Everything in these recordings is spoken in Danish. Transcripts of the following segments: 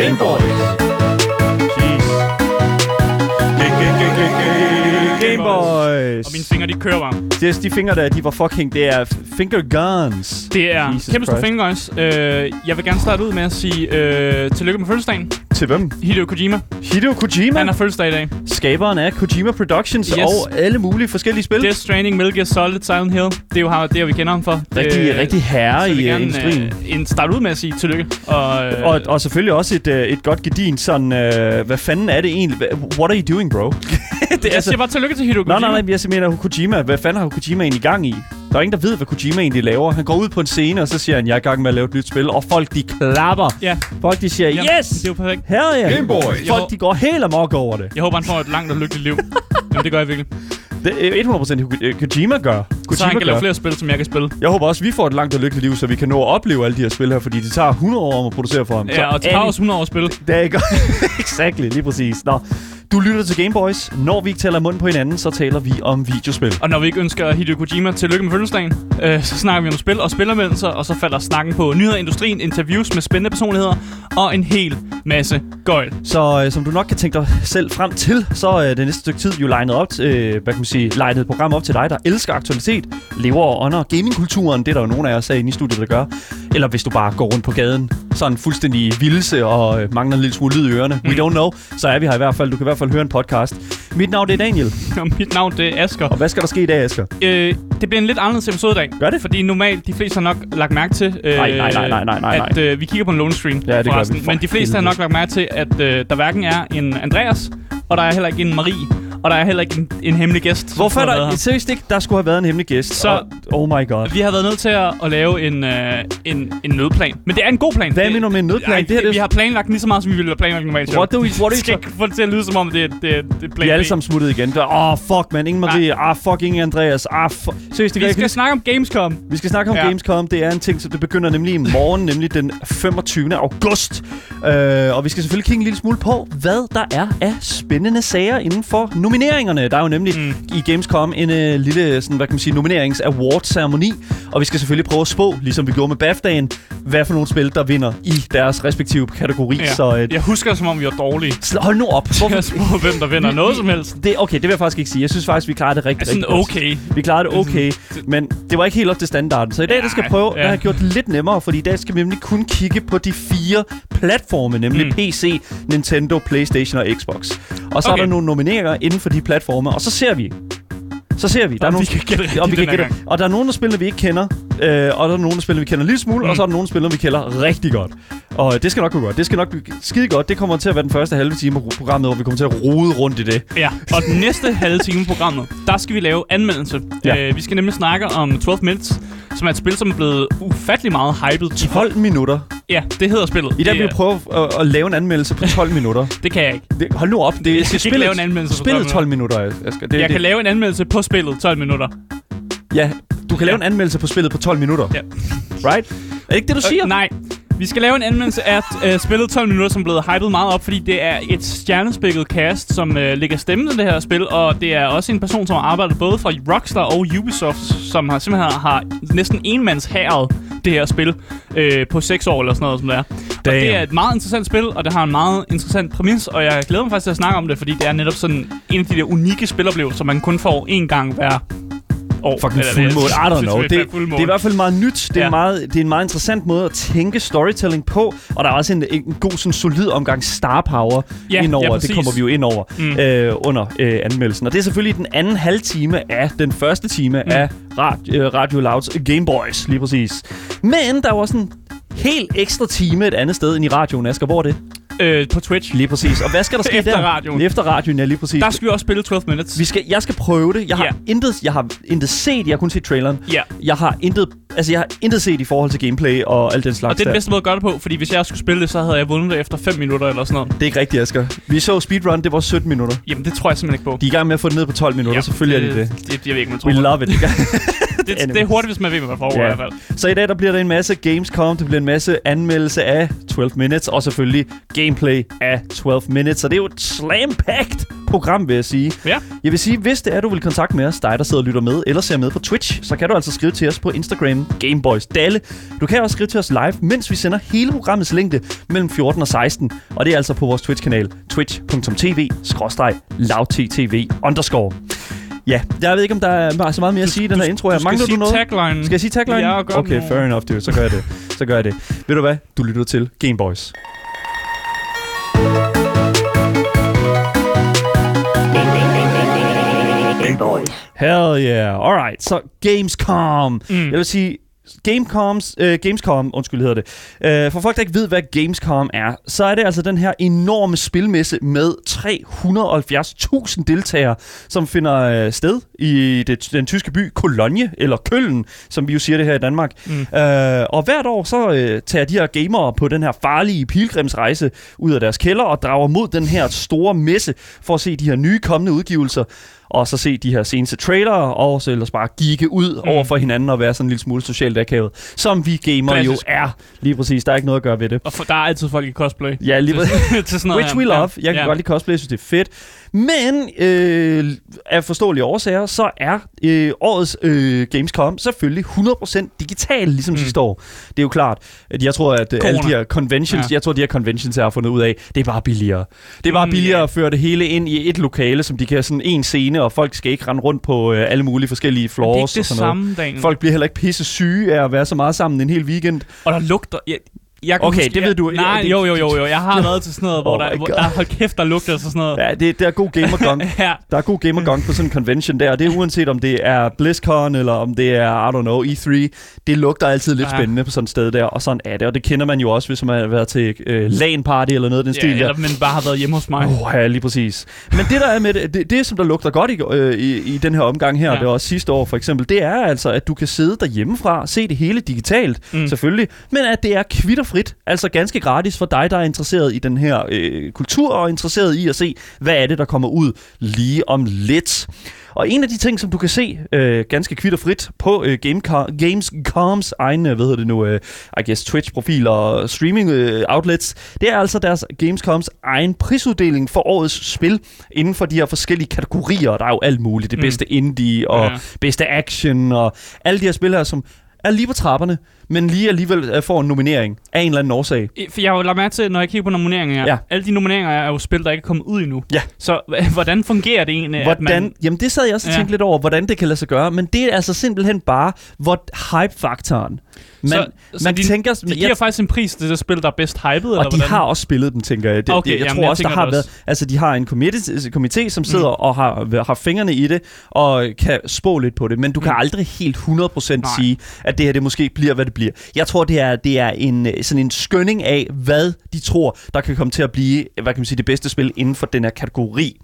Game Boys. Game Boys. Og mine fingre, de kører bare. Yes, de fingre der, de var fucking... Det er finger guns. Det er kæmpe store finger guns. Jeg vil gerne starte ud med at sige tillykke med fødselsdagen. Til hvem? Hideo Kojima. Hideo Kojima? Han har fødselsdag i dag. Skaberen af Kojima Productions og alle mulige forskellige spil. Death Stranding, Metal Gear Solid, Silent Hill. Det er jo det, vi kender ham for. Rigtig herre i industrien. Starte ud med at sige tillykke. Og selvfølgelig også et godt gedint sådan... hvad fanden er det egentlig? What are you doing, bro? Jeg siger bare tillykke til Hideo Kojima. Nej, jeg mener Kojima. Hvad fanden har Kojima egentlig gang i? Der er ingen, der ved, hvad Kojima egentlig laver. Han går ud på en scene, og så siger han, jeg er i gang med at lave et nyt spil. Og folk, de klapper. Ja. Folk, de siger, yes! Det er jo perfekt. Her er Game Boys. Folk, de går helt amok over det. Jeg håber, han får et langt og lykkeligt liv. Jamen, det gør jeg virkelig. Det er 100% Kojima gør. Så han kan lave flere spil, som jeg kan spille. Jeg håber også, vi får et langt og lykkeligt liv, så vi kan nå at opleve alle de her spil her, fordi det tager 100 år om at producere for ham. Ja, og det tager også 100 år at spille. Det er ikke exactly, lige præcis. Nå. Du lytter til Game Boys. Når vi ikke taler munden på hinanden, så taler vi om videospil. Og når vi ikke ønsker Hideo Kojima tillykke med fødselsdagen, så snakker vi om spil og spilanmeldelser, og så falder snakken på nyheder i industrien, interviews med spændende personligheder og en hel masse gøjl. Så som du nok kan tænke dig selv frem til, så er det næste stykke tid jo legnet op til, legnet et program op til dig, der elsker aktualitet, lever og ånder gamingkulturen. Det er der jo nogle af os inde i studiet, der gør. Eller hvis du bare går rundt på gaden, sådan fuldstændig vildse og mangler en lille smule lyd i ørerne. We don't know. Så er vi her i hvert fald. Du kan i hvert fald høre en podcast. Mit navn det er Daniel. Og mit navn det er Asger. Og hvad skal der ske i dag, Asger? Det bliver en lidt anderledes episode i dag. Gør det? Fordi normalt, de fleste har nok lagt mærke til, nej. at vi kigger på en lone screen. Ja, det gør vi. Men de fleste har nok lagt mærke til, at der hverken er en Andreas, og der er heller ikke en Marie, og der er heller ikke en hemmelig gæst. Hvorfor er der seriøst ikke? Der skulle have været en hemmelig gæst. Så oh my god. Vi har været nødt til at lave en nødplan. Men det er en god plan. Hvad mener du med en nødplan? Vi har planlagt lige så meget, som vi ville have planlagt normalt. What do you skal ikke få det til at lyde som om, det er plan. Vi er alle sammen smuttet igen. Fuck, man. Ingen Marie. Fuck, ingen Andreas. Seriøst, vi skal snakke om Gamescom. Vi skal snakke om Gamescom. Det er en ting, så det begynder nemlig i morgen, nemlig den 25. august. Og vi skal selvfølgelig kigge en lille smule på, hvad der er af spændende sager inden for nomineringerne. Der er jo nemlig i Gamescom en lille sådan, hvad kan man sige, nominerings-award-ceremoni. Og vi skal selvfølgelig prøve at spå, ligesom vi gjorde med BAFTA'en, hvad for nogle spil, der vinder i deres respektive kategori. Ja. Så, jeg husker som om, vi var dårlige. Hold nu op. Jeg spå, hvem der vinder noget som helst. Okay, det vil jeg faktisk ikke sige. Jeg synes faktisk, vi klarede det rigtig okay. Vi klarede det okay, men det var ikke helt op til standarden. Så i dag, der skal jeg prøve at have gjort det lidt nemmere, fordi i dag skal vi nemlig kun kigge på de 4 platforme, nemlig PC, Nintendo, PlayStation og Xbox. Og så er der nogle nomineringer inden for de platforme, og så ser vi. Der er nogle, og der er nogle af spillene, vi ikke kender, og der er nogle af spillene, vi kender en lille smule, og så er der nogle spillene, vi kender rigtig godt. Og det skal nok gå godt. Det skal nok blive skide godt. Det kommer til at være den første halve time af programmet, hvor vi kommer til at rode rundt i det. Ja, og den næste halve time af programmet, der skal vi lave anmeldelse. Ja. Vi skal nemlig snakke om 12 Minutes, som er et spil, som er blevet ufattelig meget hyped. 12 minutter? Ja, det hedder spillet. I dag vil vi prøve at lave en anmeldelse på 12 minutter. Det kan jeg ikke. Hold nu op. Jeg kan ikke lave en anmeldelse på 12 minutter, Asger. Jeg kan lave en anmeldelse på spillet 12 minutter. Ja, du kan lave en anmeldelse på spillet på 12 minutter. Ja. Right? Er det ikke det, du siger? Nej. Vi skal lave en anmeldelse af spillet 12 minutter, som er blevet hypet meget op, fordi det er et stjernespækket cast, som lægger stemmen til det her spil, og det er også en person, som har arbejdet både for Rockstar og Ubisoft, som simpelthen har næsten enmandshæret det her spil på 6 år eller sådan noget, som det er. Og det er et meget interessant spil, og det har en meget interessant præmis, og jeg glæder mig faktisk til at snakke om det, fordi det er netop sådan en af de der unikke spiloplevelser, man kun får én gang hver fucking fuldmål. I don't know. Det er i hvert fald meget nyt. Det er en meget interessant måde at tænke storytelling på, og der er også en god, sådan solid omgang star power indover. Ja, det kommer vi jo ind over under anmeldelsen. Og det er selvfølgelig den anden halve time af den første time af Radio Louds Game Boys, lige præcis. Men der er jo også en helt ekstra time et andet sted end i radioen, Asger. Hvor er det? På Twitch. Lige præcis. Og hvad skal der ske efter der? Radioen. Efter radioen, ja, lige præcis. Der skal vi også spille 12 Minutes. Jeg skal prøve det. Jeg har intet set. Jeg har kun set traileren. Ja. Jeg har intet set i forhold til gameplay og alt den slags. Og det er den bedste måde at gøre det på, fordi hvis jeg skulle spille det, så havde jeg vundet det efter 5 minutter eller sådan noget. Det er ikke rigtigt, Asger. Vi så speedrun, det var 17 minutter. Jamen, det tror jeg simpelthen ikke på. De er i gang med at få det ned på 12 minutter, selvfølgelig er det. Jeg ved ikke, man tror. We love it. det er hurtigt, hvis man ved, hvad man får i hvert fald. Så i dag, der bliver der en masse Gamescom, det bliver en masse anmeldelse af 12 Minutes, og selvfølgelig gameplay af 12 Minutes. Så det er jo et slam-packed program, vil jeg sige. Ja. Jeg vil sige, hvis det er, du vil kontakte med os, dig der sidder og lytter med, eller ser med på Twitch, så kan du altså skrive til os på Instagram, Gameboysdalle. Du kan også skrive til os live, mens vi sender hele programmets længde mellem 14 og 16. Og det er altså på vores Twitch-kanal, twitch.tv/lavttv_. Ja, jeg ved ikke, om der er så meget mere at sige i den her intro her. Mangler du noget? Tagline. Skal jeg sige tagline? Ja, okay, fair enough, dude. Så gør jeg det. Ved du hvad? Du lytter til Gameboys. Hell yeah. Alright, så Gamescom. Jeg vil sige, Gamescom, hedder det. For folk, der ikke ved, hvad Gamescom er, så er det altså den her enorme spilmesse med 370.000 deltagere, som finder sted i den tyske by Cologne, eller Køln, som vi jo siger det her i Danmark. Og hvert år så tager de her gamere på den her farlige pilgrimsrejse ud af deres kælder og drager mod den her store messe for at se de her nye kommende udgivelser. Og så se de her seneste trailere, og så ellers bare geeke ud over for hinanden og være sådan en lille smule socialt akavet. Som vi gamer jo er. Lige præcis, der er ikke noget at gøre ved det. Og der er altid folk i cosplay. Ja, lige præcis. til sådan noget. Which we love. Jeg kan godt lide cosplay, jeg synes det er fedt. Men af forståelige årsager, så er årets Gamescom selvfølgelig 100% digital, ligesom sidste år. Det er jo klart, at jeg tror, at alle de her conventions, har fundet ud af, det er bare billigere. Det er bare billigere at føre det hele ind i et lokale, som de kan sådan en scene, og folk skal ikke rende rundt på alle mulige forskellige floors. Det er ikke det samme, Daniel. Folk bliver heller ikke pisse syge af at være så meget sammen en hel weekend. Og der lugter... Det ved du. Nej, jo. Jeg har været til sådan noget, hvor der hold kæft, der lugter sådan noget. Ja, det er god gamer-gong. Der er god gamer-gong på sådan en convention der, og det er uanset om det er BlizzCon, eller om det er, I don't know, E3. Det lugter altid lidt spændende på sådan et sted der, og sådan er det. Og det kender man jo også, hvis man har været til LAN-party eller noget af den stil der. Eller man bare har været hjemme hos mig. Ja, lige præcis. Men det der er med det som der lugter godt i den her omgang her, det var også sidste år for eksempel, det er altså, at du kan sidde derhjemmefra, se det hele digitalt, selvfølgelig, men at det er kvitterfrit, altså ganske gratis for dig, der er interesseret i den her kultur, og interesseret i at se, hvad er det, der kommer ud lige om lidt. Og en af de ting, som du kan se ganske kvitterfrit på Gamescoms egen, Twitch-profil og streaming outlets, det er altså deres Gamescoms egen prisuddeling for årets spil inden for de her forskellige kategorier. Der er jo alt muligt. Det bedste indie og bedste action og alle de her spil her, som er lige på trapperne, men lige alligevel får en nominering af en eller anden årsag. For jeg har jo lagt mærke til, når jeg kigger på nomineringer, alle de nomineringer er jo spil, der ikke er kommet ud endnu. Ja. Så hvordan fungerer det egentlig? Jamen det sad jeg også og tænkte lidt over, hvordan det kan lade sig gøre, men det er altså simpelthen bare, hvor hype-faktoren. Man tænker, de giver faktisk en pris til det spil, der er bedst hypet, eller og de har også spillet den, tænker jeg. Jeg tror også, der har været... Altså, de har en komité, som sidder og har fingrene i det, og kan spå lidt på det, men du kan aldrig helt 100% sige, at det her det måske bliver, hvad det bliver. Jeg tror, det er sådan en skønning af, hvad de tror, der kan komme til at blive, hvad kan man sige, det bedste spil inden for den her kategori.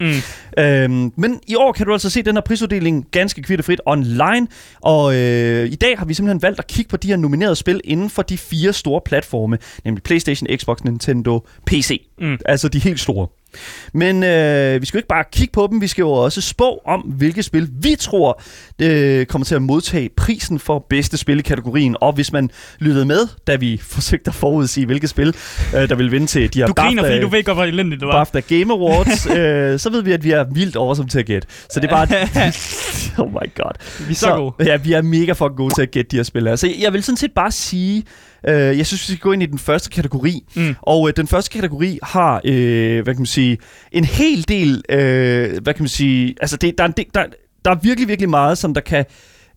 Men i år kan du altså se den her prisuddeling ganske kvitterfrit online, og i dag har vi simpelthen valgt at kigge på de her nominerede spil inden for de 4 store platforme, nemlig PlayStation, Xbox, Nintendo, PC. Altså de helt store. Men vi skal jo ikke bare kigge på dem, vi skal jo også spå om, hvilke spil vi tror kommer til at modtage prisen for bedste spil i kategorien. Og hvis man lyttede med, da vi forsøgte at forudsige, hvilke spil der vil vinde til de her fordi du ved godt, hvor elendigt det var. BAFTA Game Awards, så ved vi, at vi er vildt awesome til at gætte. Så det er bare... oh my god. Vi er så gode. Ja, vi er mega fucking gode til at gætte de her spil. Altså, jeg vil sådan set bare sige... jeg synes, vi skal gå ind i den første kategori. Og den første kategori har, hvad kan man sige, en hel del, hvad kan man sige, altså der er virkelig, virkelig meget, som der kan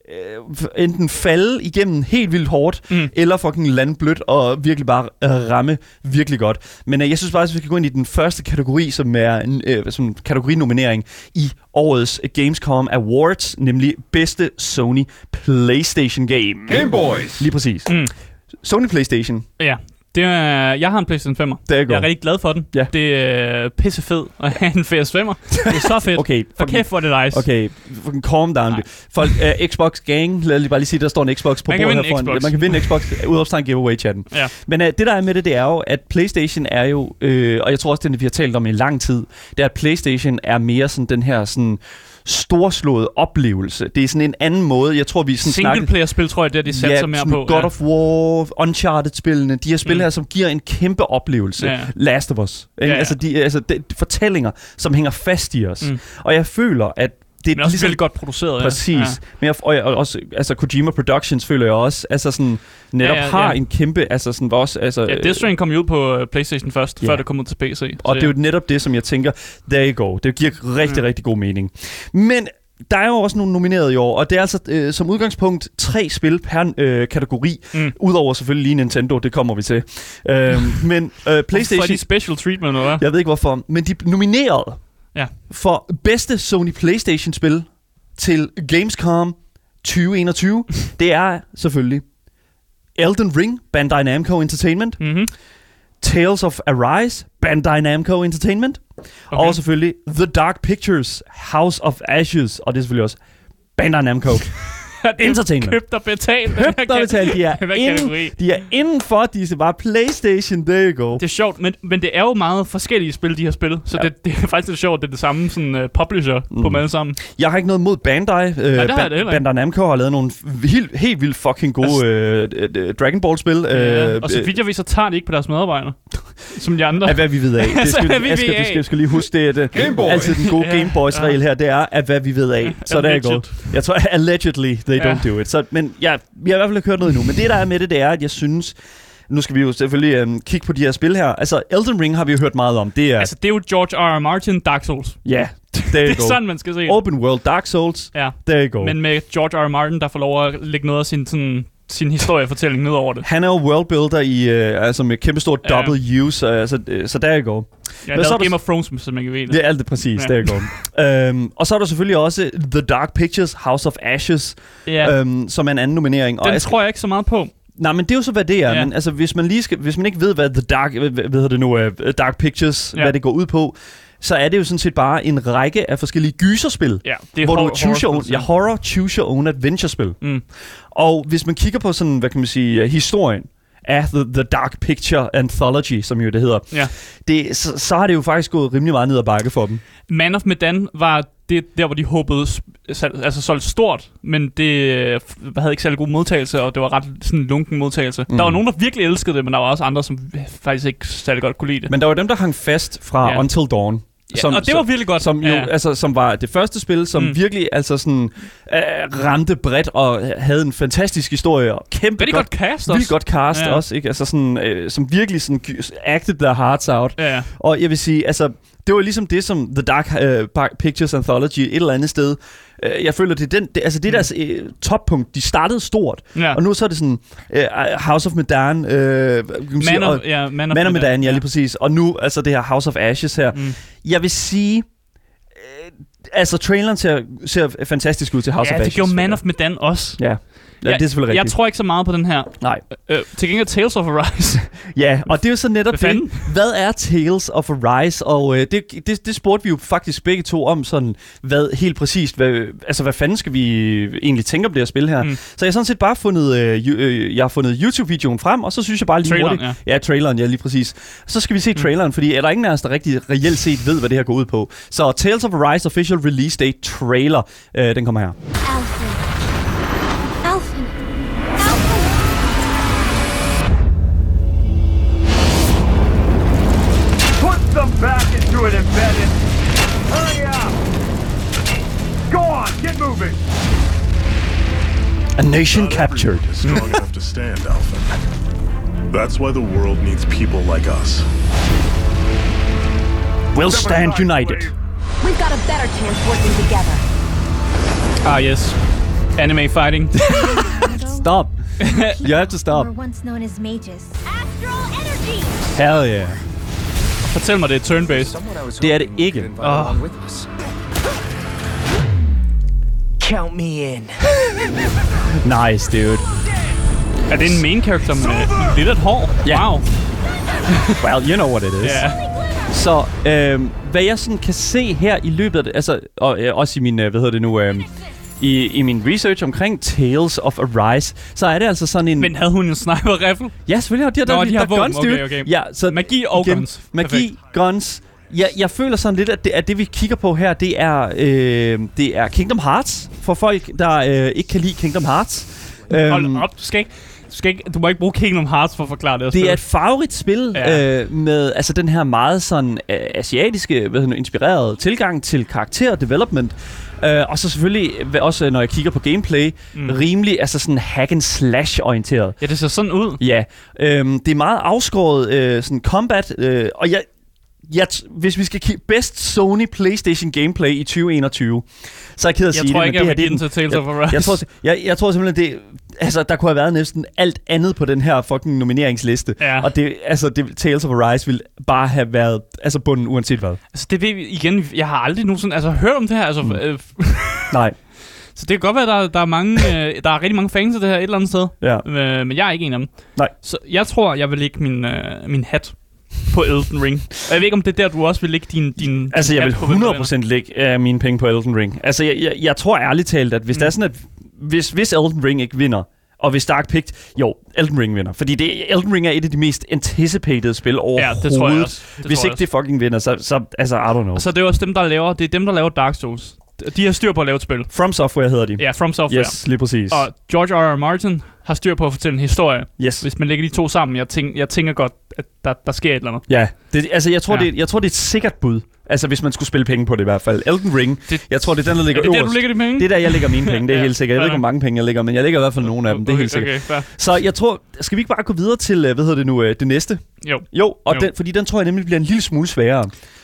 enten falde igennem helt vildt hårdt, eller fucking lande blødt og virkelig bare ramme virkelig godt. Men jeg synes faktisk, vi skal gå ind i den første kategori, som er en kategorinominering i årets Gamescom Awards, nemlig bedste Sony PlayStation Game. Game Boys! Lige præcis. Sony PlayStation. Ja. Jeg har en PlayStation 5'er. Jeg er rigtig glad for den. Ja. Det er pissefed at have en PS5'er. Det er så fedt. Okay. For kæft, hvor det er nice. Okay, fucking calm down. Folk, Xbox gang, lad mig bare lige sige, der står en Xbox på bordet her foran. Man kan vinde Xbox, udopstegn giveaway-chatten. Ja. Men det der er med det er jo, at PlayStation er jo, og jeg tror også, det vi har talt om i lang tid, det er, at PlayStation er mere sådan den her sådan storslået oplevelse. Det er sådan en anden måde. Jeg tror, vi sådan single-player-spil, tror jeg, det er de satser mere på. God of War, Uncharted-spillene, de her spil her, som giver en kæmpe oplevelse. Ja. Last of Us. Ja. Altså, de fortællinger, som hænger fast i os. Og jeg føler, at det er også ligesom, godt produceret. Præcis. Ja. Men jeg også, altså Kojima Productions føler jeg også, altså sådan netop har en kæmpe, altså sådan også, altså. Ja, Death Stranding kom jo ud på PlayStation først, før det kom ud til PC. Og det er jo netop det, som jeg tænker, there you go. Det giver rigtig god mening. Men der er jo også nogle nomineret i år, og det er altså som udgangspunkt 3 spil per kategori, udover selvfølgelig lige Nintendo, det kommer vi til. Men PlayStation... For de special treatment, eller? Jeg ved ikke hvorfor, men de nominerede for bedste Sony PlayStation-spil til Gamescom 2021, det er selvfølgelig Elden Ring, Bandai Namco Entertainment, Tales of Arise, Bandai Namco Entertainment, og selvfølgelig The Dark Pictures, House of Ashes, og det er selvfølgelig også Bandai Namco Entertainment. Købt og betalt. De er indenfor, de er bare PlayStation, there you go. Det er sjovt, men det er jo meget forskellige spil, de har spillet, så det er faktisk lidt sjovt, det er det samme sådan, publisher på dem alle sammen. Jeg har ikke noget mod Bandai. Bandai Namco har lavet nogle helt vildt fucking gode Dragon Ball-spil. Og så vidt jeg ved, så tager de ikke på deres medarbejdere, som de andre. Af hvad vi ved af. Det skal lige huske, det er altid den gode Game Boys-regel her, det er, at hvad vi ved af. Så der er godt. Jeg tror, allegedly, they don't do it. Så, men vi har i hvert fald ikke hørt noget endnu. Men det, der er med det er, at jeg synes... Nu skal vi jo selvfølgelig kigge på de her spil her. Altså, Elden Ring har vi jo hørt meget om. Det er jo George R. R. Martin, Dark Souls. Ja, det er sådan, man skal se. Open World, Dark Souls. Ja. There you go. Men med George R. R. Martin, der får lov at lægge noget af sin historiefortælling ned over det. Han er jo worldbuilder i, altså med kæmpestort W, så der you go. Ja, det er Game of Thrones, som man kan vide. Det er alt det præcis, der you go. Og så er der selvfølgelig også The Dark Pictures, House of Ashes, som er en anden nominering. Den tror jeg ikke så meget på. Nej, men det er jo så, hvad det er. Ja. Men altså, hvis man ikke ved, hvad Dark Pictures, hvad det går ud på, så er det jo sådan set bare en række af forskellige gyserspil, det er hvor du horror choose your own adventure-spil. Og hvis man kigger på sådan, hvad kan man sige, historien af The Dark Picture Anthology, som jo det hedder, så har det jo faktisk gået rimelig meget ned ad bakke for dem. Man of Medan var det der, hvor de håbede solgt stort, men det havde ikke særlig god modtagelse, og det var ret sådan en lunken modtagelse. Der var nogen, der virkelig elskede det, men der var også andre, som faktisk ikke særlig godt kunne lide det. Men der var dem, der hang fast fra Until Dawn. Og det var virkelig godt. Som var det første spil, som virkelig altså sådan ramte bredt og havde en fantastisk historie og kæmpe godt cast også. Vildt godt cast også, ikke? Altså sådan som virkelig sådan acted their hearts out. Ja. Og jeg vil sige, altså det var ligesom det som The Dark Pictures Anthology et eller andet sted. Jeg føler det er deres toppunkt. De startede stort, og nu så er det sådan House of Medan, Man of Medan, lige præcis. Og nu altså det her House of Ashes her. Jeg vil sige, altså traileren ser fantastisk ud til House of Ashes. Ja, det gjorde Man of Medan også. Ja. Ja, det er selvfølgelig rigtigt. Jeg tror ikke så meget på den her. Nej. Til gengæld Tales of Arise. Ja, og det er jo så netop det. Hvad er Tales of Arise? Og det spurgte vi jo faktisk begge to om, sådan, hvad helt præcist, hvad fanden skal vi egentlig tænke om det her spil her? Så jeg har sådan set bare fundet YouTube-videoen frem, og så synes jeg bare lige hurtigt. Ja, traileren, ja, lige præcis. Så skal vi se traileren, fordi er der ingen af os, der rigtig reelt set ved, hvad det her går ud på. Så Tales of Arise Official Release Date Trailer, den kommer her. Back into it, embedded. Hurry up! Go on, get moving. A nation captured. Is strong enough to stand, Alpha. That's why the world needs people like us. We'll stand united. We've got a better chance working together. Ah, yes. Anime fighting. Stop. You have to stop. We were once known as mages. Astral energy. Hell yeah. Fortæl mig, det er turn-based. Det er det ikke. Count me in. Nice, dude. Er det en main character med lidt hår? Yeah. Wow. Well, you know what it is. Yeah. Så, hvad jeg sådan kan se her i løbet af det, altså, og også i min, i min research omkring Tales of Arise, så er det altså sådan en... Men havde hun en sniper-rifle? Ja, selvfølgelig. De har guns, dude. Okay. Ja, så magi og guns. Magi, guns, Jeg føler sådan lidt, at det vi kigger på her, det er Kingdom Hearts for folk, der ikke kan lide Kingdom Hearts. Hold op, du må ikke bruge Kingdom Hearts for at forklare det. Det er et farverigt spil med altså den her meget sådan asiatiske, inspirerede tilgang til karakter-development. Og så selvfølgelig også, når jeg kigger på gameplay, rimelig altså sådan hack and slash orienteret. Ja, det ser sådan ud. Ja, det er meget afskåret sådan combat, og hvis vi skal kigge best Sony PlayStation gameplay i 2021, så er jeg ked at sige det. Jeg tror ikke, jeg vil give den til Tales of Arise. Jeg tror simpelthen, der kunne have været næsten alt andet på den her fucking nomineringsliste. Ja. Og Tales of Arise ville bare have været bunden uanset hvad. Altså det ved vi igen, jeg har aldrig nogensinde hørt om det her. Nej. Så det kan godt være, at der er mange, der er rigtig mange fans af det her et eller andet sted. Ja. Men jeg er ikke en af dem. Nej. Så jeg tror, jeg vil lægge min hat på Elden Ring. Og jeg ved ikke, om det er der, du også vil lægge din altså, jeg vil 100% lægge mine penge på Elden Ring. Altså, jeg tror ærligt talt, at hvis der er sådan, at hvis Elden Ring ikke vinder, og hvis Dark picked, Elden Ring vinder. Fordi Elden Ring er et af de mest anticipated spil overhovedet. Ja, det tror jeg også. Hvis ikke det fucking vinder, så altså, I don't know. Og så er det også dem, der laver Dark Souls. De har styr på at lave et spil. From Software hedder de. Ja, From Software. Yes, lige præcis. Og George R. R. Martin har styr på at fortælle en historie. Yes. Hvis man lægger de to sammen, jeg tænker godt, at der sker et eller andet. Ja, jeg tror, det er et sikkert bud. Altså, hvis man skulle spille penge på det i hvert fald. Elden Ring, jeg tror, det er den, der ligger øverst. Er det der, du lægger de penge? Det er der, jeg lægger mine penge, det er helt sikkert. Jeg ved ikke, hvor mange penge jeg lægger, men jeg lægger i hvert fald nogle af dem, det er helt sikkert. Okay, så jeg tror, skal vi ikke bare gå videre til, det næste? Jo, fordi den tror jeg nemlig bliver en lille smule sværere.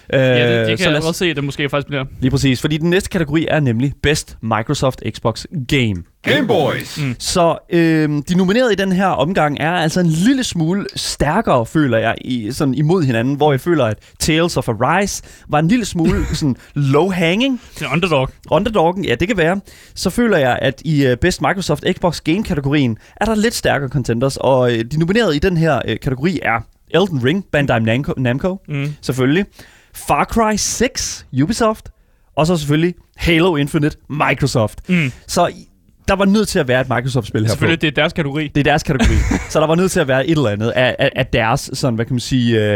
Ja, det kan jeg også se, at det måske faktisk bliver. Lige præcis, fordi den næste kategori er nemlig Best Microsoft Xbox Game. Game Boys! Så de nominerede i den her omgang er altså en lille smule stærkere, føler jeg, sådan imod hinanden, hvor jeg føler, at Tales of Arise var en lille smule sådan low-hanging. Det er underdog. Underdoggen, ja, det kan være. Så føler jeg, at i Best Microsoft Xbox Game-kategorien er der lidt stærkere contenders, og de nominerede i den her kategori er Elden Ring, Bandai Namco, selvfølgelig. Far Cry 6, Ubisoft, og så selvfølgelig Halo Infinite, Microsoft. Så der var nødt til at være et Microsoft-spil her. Selvfølgelig, det er deres kategori. Det er deres kategori. Så der var nødt til at være et eller andet af deres, sådan, hvad kan man sige,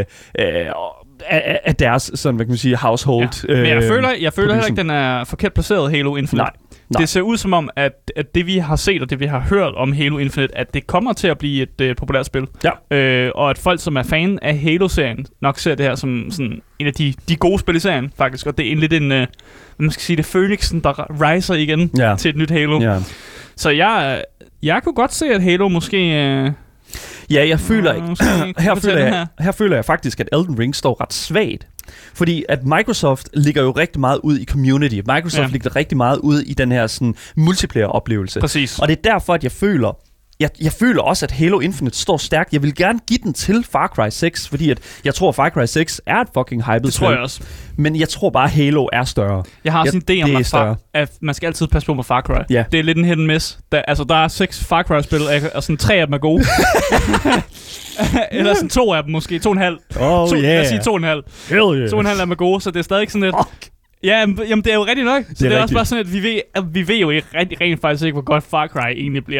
af deres, sådan, hvad kan man sige, household. Ja. Men jeg føler heller ikke, den er forkert placeret, Halo Infinite. Nej. Det ser ud som om, at det vi har set, og det vi har hørt om Halo Infinite, at det kommer til at blive et populært spil. Ja. Og at folk, som er fan af Halo-serien, nok ser det her som sådan en af de gode spil i serien, faktisk. Og det er lidt en, man skal sige, det Phoenixen, der rejser igen til et nyt Halo. Ja. Så jeg kunne godt se, at Halo måske... Ja, jeg føler her føler jeg faktisk, at Elden Ring står ret svagt. Fordi at Microsoft ligger jo rigtig meget ud i community. Microsoft ligger rigtig meget ud i den her sådan multiplayer-oplevelse. Præcis. Og det er derfor, at jeg føler også, at Halo Infinite står stærkt. Jeg vil gerne give den til Far Cry 6, fordi at jeg tror, Far Cry 6 er et fucking hyped spil. Det tror jeg også. Men jeg tror bare, Halo er større. Jeg har også en idé om, at man skal altid passe på med Far Cry. Ja. Det er lidt en hit and miss. Der er 6 Far Cry-spil, og sådan 3 af dem er gode. Eller sådan 2 af dem måske. 2,5. Lad os sige 2,5. Hell yeah. 2,5 af dem er gode, så det er stadig sådan lidt... Ja, jamen det er jo rigtig nok. Så det er også bare sådan, at vi ved jo ikke rent faktisk ikke, hvor godt Far Cry egentlig bliver.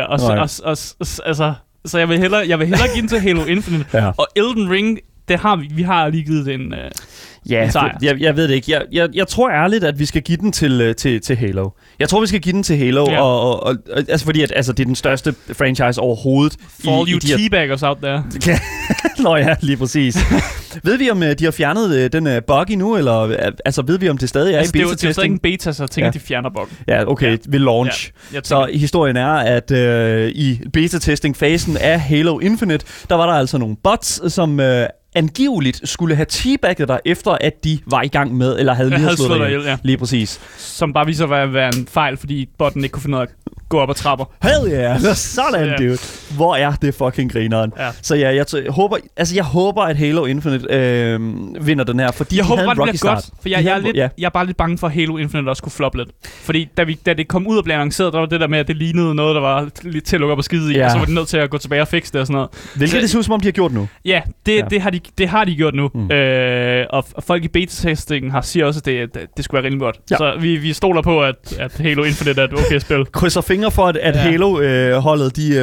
Så jeg vil hellere give den til Halo Infinite. Ja. Og Elden Ring, vi har lige givet den en sejr. Jeg ved det ikke. Jeg tror ærligt, at vi skal give den til Halo. Jeg tror, vi skal give den til Halo, og altså fordi at, altså, det er den største franchise overhovedet. For all you teabaggers out there. Nå ja, lige præcis. Ved vi, om de har fjernet den bug endnu, eller altså ved vi, om det stadig er i beta-testing? Det er jo ikke en beta, så jeg tænker, at de fjerner bug. Ja, okay, ved launch. Ja, så historien er, at i beta-testing-fasen af Halo Infinite, der var der altså nogle bots, som angiveligt skulle have teabagget dig, efter at de var i gang med, eller havde lige slået dig ihjel. Ja. Lige præcis. Som bare viser at være en fejl, fordi botten ikke kunne finde ud af at gå op ad trapper. Hell yeah! Sådan, dude. Hvor er det fucking grineren. Ja. Så ja, jeg håber, at Halo Infinite vinder den her, fordi jeg håber bare, det bliver godt, for jeg er bare lidt bange for, at Halo Infinite også kunne floppe lidt. Fordi da det kom ud og blev annonceret, der var det der med, at det lignede noget, der var lidt til at lukke op og skide i, og så var de nødt til at gå tilbage og fikse det og sådan noget. Hvilket det ser ud som om, de har gjort nu. Ja, det har de gjort nu. Og folk i beta-testingen siger også, at det skulle være rimelig godt. Ja. Så vi stoler på, at Halo Infinite er et okay spil. Krydser fingre for, at Halo-holdet, de,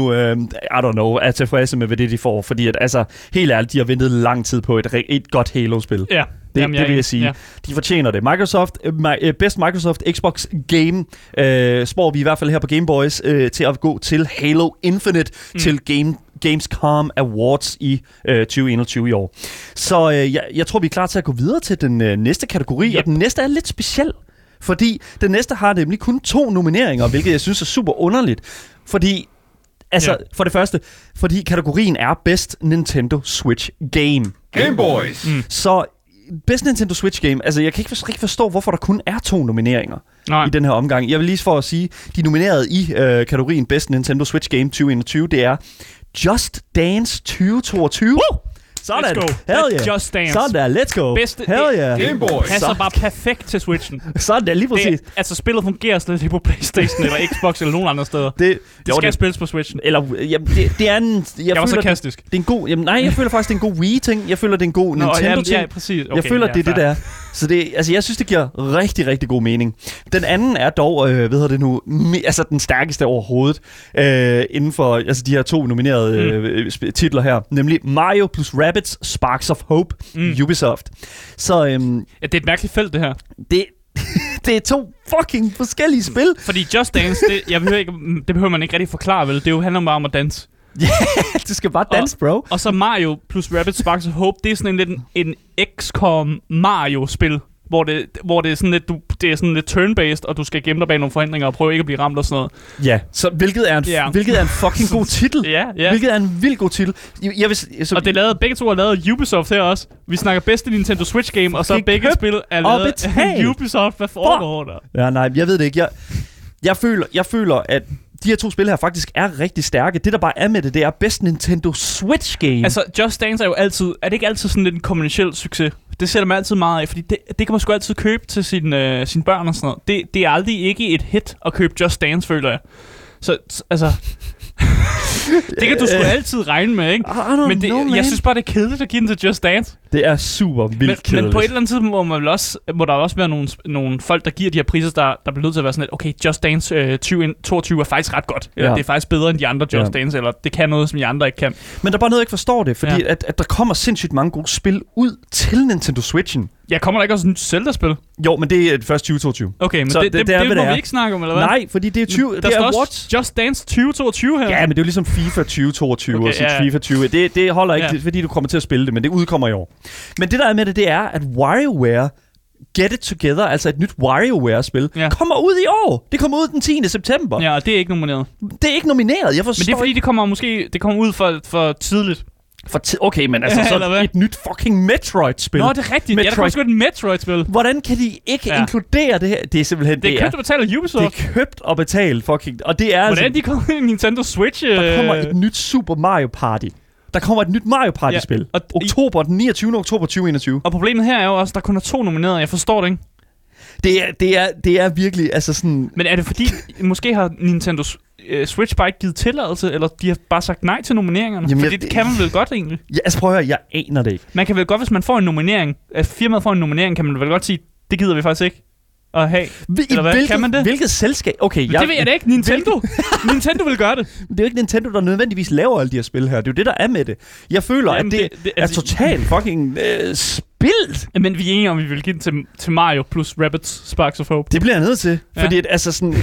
I don't know, er tilfredse med det, de får. Fordi at, altså, helt ærligt, de har ventet lang tid på et godt Halo-spil. Ja. Det vil jeg sige. Ja. De fortjener det. Best Microsoft Xbox Game spår vi i hvert fald her på Game Boys til at gå til Halo Infinite til Gamescom Awards i 2021 i år. Så jeg tror, vi er klar til at gå videre til den næste kategori, og den næste er lidt speciel. Fordi den næste har nemlig kun 2 nomineringer, hvilket jeg synes er super underligt. Fordi, for det første, fordi kategorien er Best Nintendo Switch Game. Game Boys! Så Best Nintendo Switch Game, altså jeg kan ikke rigtig forstå, hvorfor der kun er 2 nomineringer i den her omgang. Jeg vil lige for at sige, de nominerede i kategorien Best Nintendo Switch Game 2021, det er Just Dance 2022. Sådan. Let's go. Hell yeah. Just Dance. Sådan der. Let's go. Hell yeah. Game Boys. Passer bare perfekt til Switchen. Sådan der, lige præcis. Altså, spillet fungerer slet ikke på PlayStation eller Xbox eller nogen andre steder. Det skal spilles på Switchen. Eller, jamen, det er en... Jeg var sarkastisk. Det er en god... Jamen, nej, jeg føler faktisk, det er en god Wii-ting. Jeg føler, det er en god Nintendo-ting. Ja, præcis. Okay, jeg føler, det er det, der er. Så det, altså, jeg synes, det giver rigtig, rigtig god mening. Den anden er dog, altså den stærkeste overhovedet, inden for altså, de her 2 nominerede titler her, nemlig Mario plus Rabbids Sparks of Hope, Ubisoft. Så, det er et mærkeligt felt, det her. Det er 2 fucking forskellige spil. Fordi Just Dance, det behøver man ikke rigtig forklare, vel? Det handler bare om at danse. Ja, du skal bare danse, bro. Og så Mario plus Rabbids Sparks of Hope, det er sådan en XCOM Mario-spil, hvor det er sådan lidt, det er sådan lidt turn-based, og du skal gemme dig bag nogle forhindringer og prøve ikke at blive ramt og sådan noget. Ja, så hvilket er en fucking god titel. Ja. Hvilket er en vild god titel. Og det er begge to er lavet af Ubisoft her også. Vi snakker bedste Nintendo Switch game, og så begge spil er lavet af Ubisoft. Hvad foregår der? Ja, nej, jeg ved det ikke. Jeg føler, at de her 2 spil her faktisk er rigtig stærke. Det, der bare er med det er Best Nintendo Switch Game. Altså, Just Dance er jo altid... Er det ikke altid sådan lidt en kommerciel succes? Det sætter man altid meget af, fordi det kan man sgu altid købe til sine børn og sådan noget. Det er aldrig ikke et hit at købe Just Dance, føler jeg. Så altså... det kan du sgu altid regne med, ikke? Men jeg synes bare, det er kedeligt at give den til Just Dance. Det er super vildt kedeligt. Men på et eller andet tidspunkt må der også være nogle folk, der giver de her priser, der bliver nødt til at være sådan lidt, okay, Just Dance 2022 er faktisk ret godt. Eller det er faktisk bedre end de andre Just Dance, eller det kan noget, som de andre ikke kan. Men der er bare noget, jeg ikke forstår det, fordi at der kommer sindssygt mange gode spil ud til Nintendo Switchen. Ja, kommer der ikke også et nyt Zelda-spil? Jo, men det er først 2022. Okay, men det må vi ikke snakke om, eller hvad? Nej, fordi det er 20... Der står også Just Dance 2022 her. Ja, men det er jo ligesom FIFA 2022 og FIFA 20. Det holder ikke, fordi du kommer til at spille det, men det udkommer i år. Men det der er med det er, at WarioWare Get It Together, altså et nyt WarioWare-spil, kommer ud i år. Det kommer ud den 10. september. Ja, og det er ikke nomineret. Det er ikke nomineret, jeg forstår. Men det er fordi, det kommer ud for tidligt. Okay, men altså så et nyt fucking Metroid-spil. Nå, det er rigtigt. Ja, der kommer sgu et Metroid-spil. Hvordan kan de ikke inkludere det her? Det er simpelthen... Det er købt og betalt af Ubisoft. Det er købt og betalt fucking... Og det er hvordan de kommer ind i Nintendo Switch? Der kommer et nyt Super Mario Party. Der kommer et nyt Mario Party-spil. Ja, den 29. oktober 2021. Og problemet her er jo også, at der kun er 2 nomineret. Jeg forstår det ikke. Det er virkelig, altså sådan... Men er det fordi, måske har Nintendo Switch bare ikke givet tilladelse, eller de har bare sagt nej til nomineringerne? Jamen, fordi det kan man vel godt egentlig? Ja, altså prøv at høre, jeg aner det ikke. Man kan vel godt, hvis man får en nominering, firmaet får en nominering, kan man vel godt sige, det gider vi faktisk ikke at have. Eller hvad? Kan man det? Hvilket selskab? Okay, det ved jeg da ikke. Nintendo. Nintendo vil gøre det. Det er jo ikke Nintendo, der nødvendigvis laver alle de her spil her. Det er jo det, der er med det. Jeg føler, at det er totalt fucking spildt. Men vi er enige om, vi vil give den til Mario plus Rabbids Sparks of Hope. Det bliver jeg nødt til. Fordi altså sådan,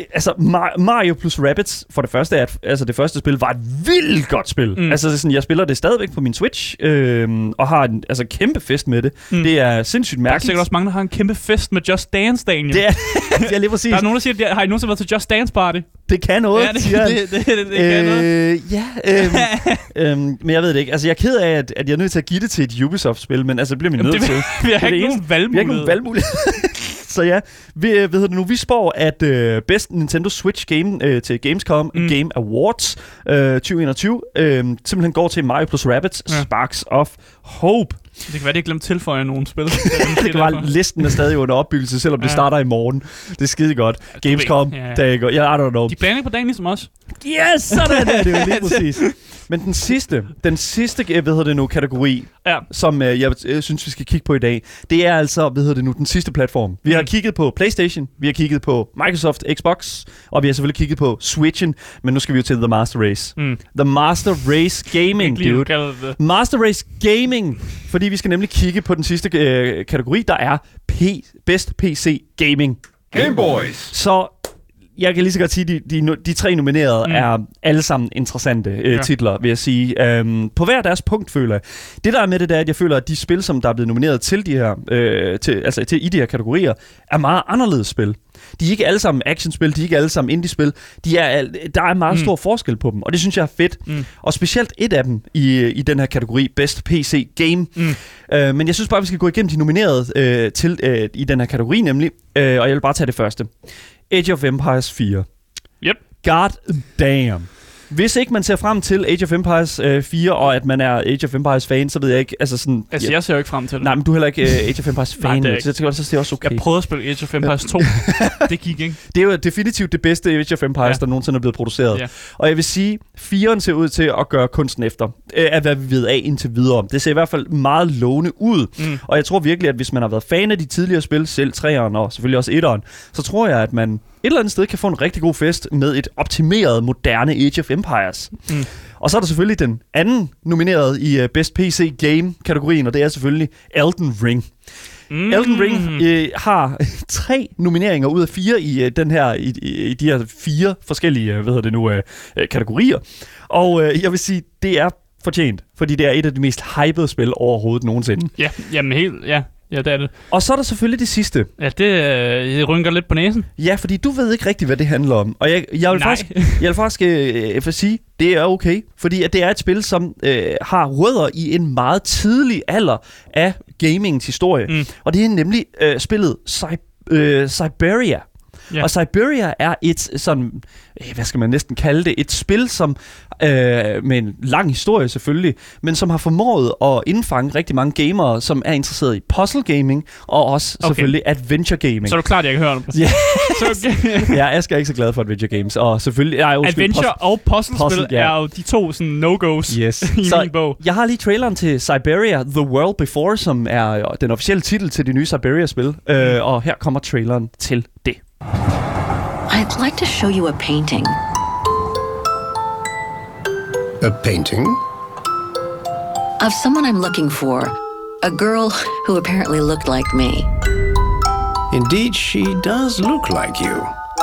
Mario plus Rabbids, for det første, det første spil var et vildt godt spil. Altså sådan, jeg spiller det stadigvæk på min Switch, og har en kæmpe fest med det. Det er sindssygt mærkeligt. Der er sikkert også mange, der har en kæmpe fest med Just Dance, Daniel. Det er lige præcis. Der er nogen, der siger, har I nogensinde været til Just Dance Party? Det kan noget, siger det kan noget. Ja, men jeg ved det ikke. Altså, jeg er ked af, at jeg er nødt til at give det til et Ubisoft-spil, men altså, det bliver min nødt til. Vi har ikke nogen valgmulighed. Så ja, vi spår, at Best Nintendo Switch Game til Gamescom Game Awards 2021 simpelthen går til Mario plus Rabbids Sparks of Hope. Det kan være, de har glemt tilføje nogle spil. Det kan være, listen er stadig under opbyggelse, selvom det starter i morgen. Det er skide godt. Gamescom, dag går. I don't know. De planer på dagen ligesom os. Yes, sådan er det jo lige præcis. Men den sidste kategori, som jeg synes, vi skal kigge på i dag, det er altså, den sidste platform. Vi har kigget på PlayStation, vi har kigget på Microsoft, Xbox, og vi har selvfølgelig kigget på Switchen, men nu skal vi jo til The Master Race. The Master Race Gaming, dude. Master Race Gaming, fordi vi skal nemlig kigge på den sidste kategori, der er Best PC Gaming. Game Boys. Så jeg kan lige så godt sige, at de 3 nominerede er alle sammen interessante titler, vil jeg sige. På hver deres punkt, føler jeg. Det der er med det, er, at jeg føler, at de spil, som der er blevet nomineret til de her, til i de her kategorier, er meget anderledes spil. De er ikke alle sammen actionspil, de er ikke alle sammen indie-spil. Der er meget stor forskel på dem, og det synes jeg er fedt. Og specielt et af dem i den her kategori, Best PC Game. Men jeg synes bare, vi skal gå igennem de nominerede i den her kategori, nemlig. Og jeg vil bare tage det første. Age of Empires 4. Yep. God damn. Hvis ikke man ser frem til Age of Empires 4, og at man er Age of Empires fan, så ved jeg ikke, altså sådan... Altså, jeg ser jo ikke frem til det. Nej, men du er heller ikke Age of Empires fan. Nej, så det er også okay. Jeg prøvede at spille Age of Empires 2. Det gik ikke. Det er jo definitivt det bedste Age of Empires, der nogensinde er blevet produceret. Ja. Og jeg vil sige, 4'eren ser ud til at gøre kunsten efter, af hvad vi ved af indtil videre. Det ser i hvert fald meget lovende ud. Og jeg tror virkelig, at hvis man har været fan af de tidligere spil, selv 3'eren og selvfølgelig også 1'eren, så tror jeg, at man et eller andet sted kan få en rigtig god fest med et optimeret, moderne Age of Empires. Og så er der selvfølgelig den anden nomineret i Best PC Game-kategorien, og det er selvfølgelig Elden Ring. Elden Ring har 3 nomineringer ud af 4 i den her i de her 4 forskellige kategorier. Og jeg vil sige, det er fortjent, fordi det er et af de mest hypede spil overhovedet nogensinde. Ja, jamen helt, Ja, det er det. Og så er der selvfølgelig det sidste. Ja, det rynker lidt på næsen. Ja, fordi du ved ikke rigtigt, hvad det handler om. Og jeg vil faktisk sige, det er okay. Fordi at det er et spil, som har rødder i en meget tidlig alder af gamingens historie. Og det er nemlig spillet Siberia. Yeah. Og Siberia er et sådan, hvad skal man næsten kalde det, et spil, som med en lang historie selvfølgelig, men som har formået at indfange rigtig mange gamere, som er interesseret i puzzle gaming, og også selvfølgelig adventure gaming. Så er du klar, at jeg kan høre det? Ja. Ja, jeg er ikke så glad for adventure games, og selvfølgelig... Adventure og puzzle-spil er jo de 2 sådan no-go's i min bog. Jeg har lige traileren til Siberia The World Before, som er den officielle titel til det nye Siberia-spil, og her kommer traileren til det. I'd like to show you a painting. A painting? Of someone I'm looking for. A girl who apparently looked like me. Indeed, she does look like you.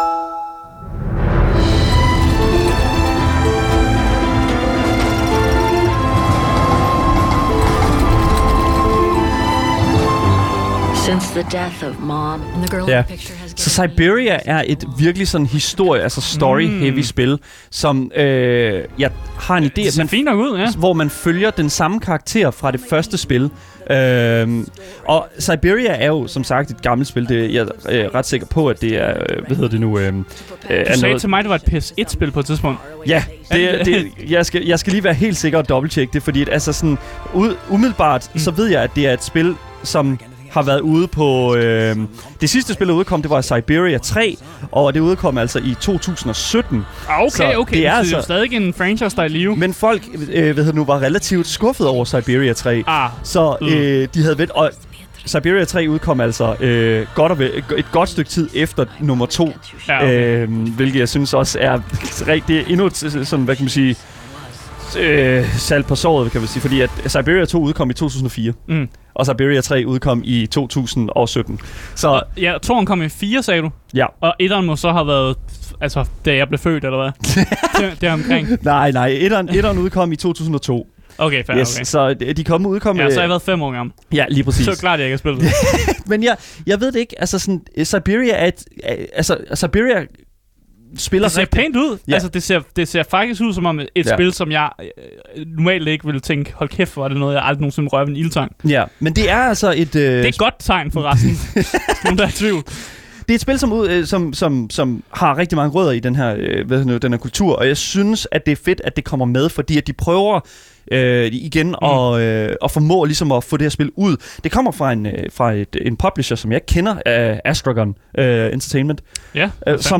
Since the death of mom, and the girl in the picture has så Siberia er et virkelig sådan historie, altså story-heavy spil, som jeg har en idé, det ser fint nok ud, hvor man følger den samme karakter fra det første spil. Og Siberia er jo som sagt et gammelt spil. Jeg er ret sikker på, at det er, du sagde til mig, det var et PS1-spil på et tidspunkt. Ja, jeg skal lige være helt sikker og dobbelttjekke det, fordi altså sådan umiddelbart, så ved jeg, at det er et spil, som har været ude på... det sidste spil, der udkom, det var Siberia 3, og det udkom altså i 2017. Okay, så det er altså stadig en franchise, der er i live. Men folk, var relativt skuffet over Siberia 3. Så de havde vendt... Og Siberia 3 udkom altså et godt stykke tid efter nummer 2, hvilket jeg synes også er rigtig endnu sådan, hvad kan man sige... salt på såret, kan vi sige, fordi at Siberia 2 udkom i 2004, og Siberia 3 udkom i 2017. Så ja, 2'eren kom i 4, sagde du? Ja. Og 1'eren må så have været, altså, da jeg blev født, eller hvad? det omkring. Nej, 1'eren udkom i 2002. Okay, fair, yes, okay. Så de udkom... Ja, så har jeg været 5 år gammel. Ja, lige præcis. Så klart, jeg ikke har spillet det. Men jeg ved det ikke, altså sådan, Siberia er Siberia spiller det ser pænt ud. Ja. Altså, det ser faktisk ud som om et spil, som jeg normalt ikke ville tænke, hold kæft, hvor er det noget, jeg aldrig nogensinde rører en ildtang. Ja, men det er altså et... det er et godt tegn for resten. Nogen der er tvivl. Det er et spil, som har rigtig mange rødder i den her kultur, og jeg synes, at det er fedt, at det kommer med, fordi at de prøver igen og formå ligesom at få det her spil ud. Det kommer fra en publisher, som jeg kender, Astragon Entertainment. Ja.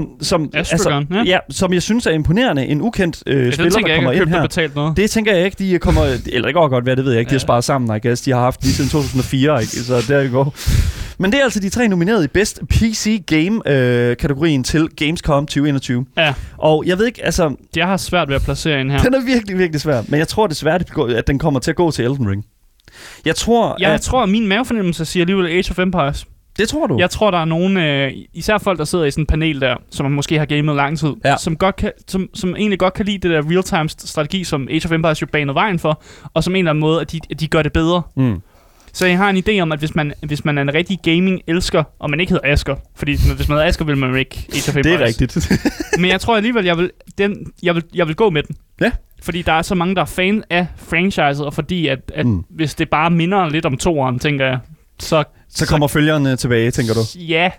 Som jeg synes er imponerende. En ukendt spiller, der kommer ind her. Det tænker jeg ikke, de kommer... Eller det går godt være, det ved jeg ikke. De har sparet sammen, I guess. De har haft lige siden 2004, ikke? Så der går. Men det er altså de 3 nomineret i Best PC Game-kategorien til Gamescom 2021. Ja. Og jeg ved ikke, altså... Jeg har svært ved at placere en her. Den er virkelig, virkelig svær. Men jeg tror desværre, at den kommer til at gå til Elden Ring. Jeg tror, at min mavefornemmelse siger alligevel Age of Empires. Det tror du? Jeg tror, der er nogen, især folk, der sidder i sådan en panel der, som måske har gamet lang tid, som egentlig godt kan lide det der real-time strategi, som Age of Empires jo banede vejen for, og som en eller anden måde, at de gør det bedre. Mm. Så jeg har en idé om, at hvis man er en rigtig gaming-elsker, og man ikke hedder Asger, fordi hvis man hedder Asger, vil man jo ikke Age of Empires. Det er rigtigt. Men jeg tror alligevel, jeg vil gå med den. Ja. Fordi der er så mange, der er fan af franchiset, og fordi at hvis det bare minder lidt om toeren, tænker jeg, så kommer følgerne tilbage, tænker du? Ja.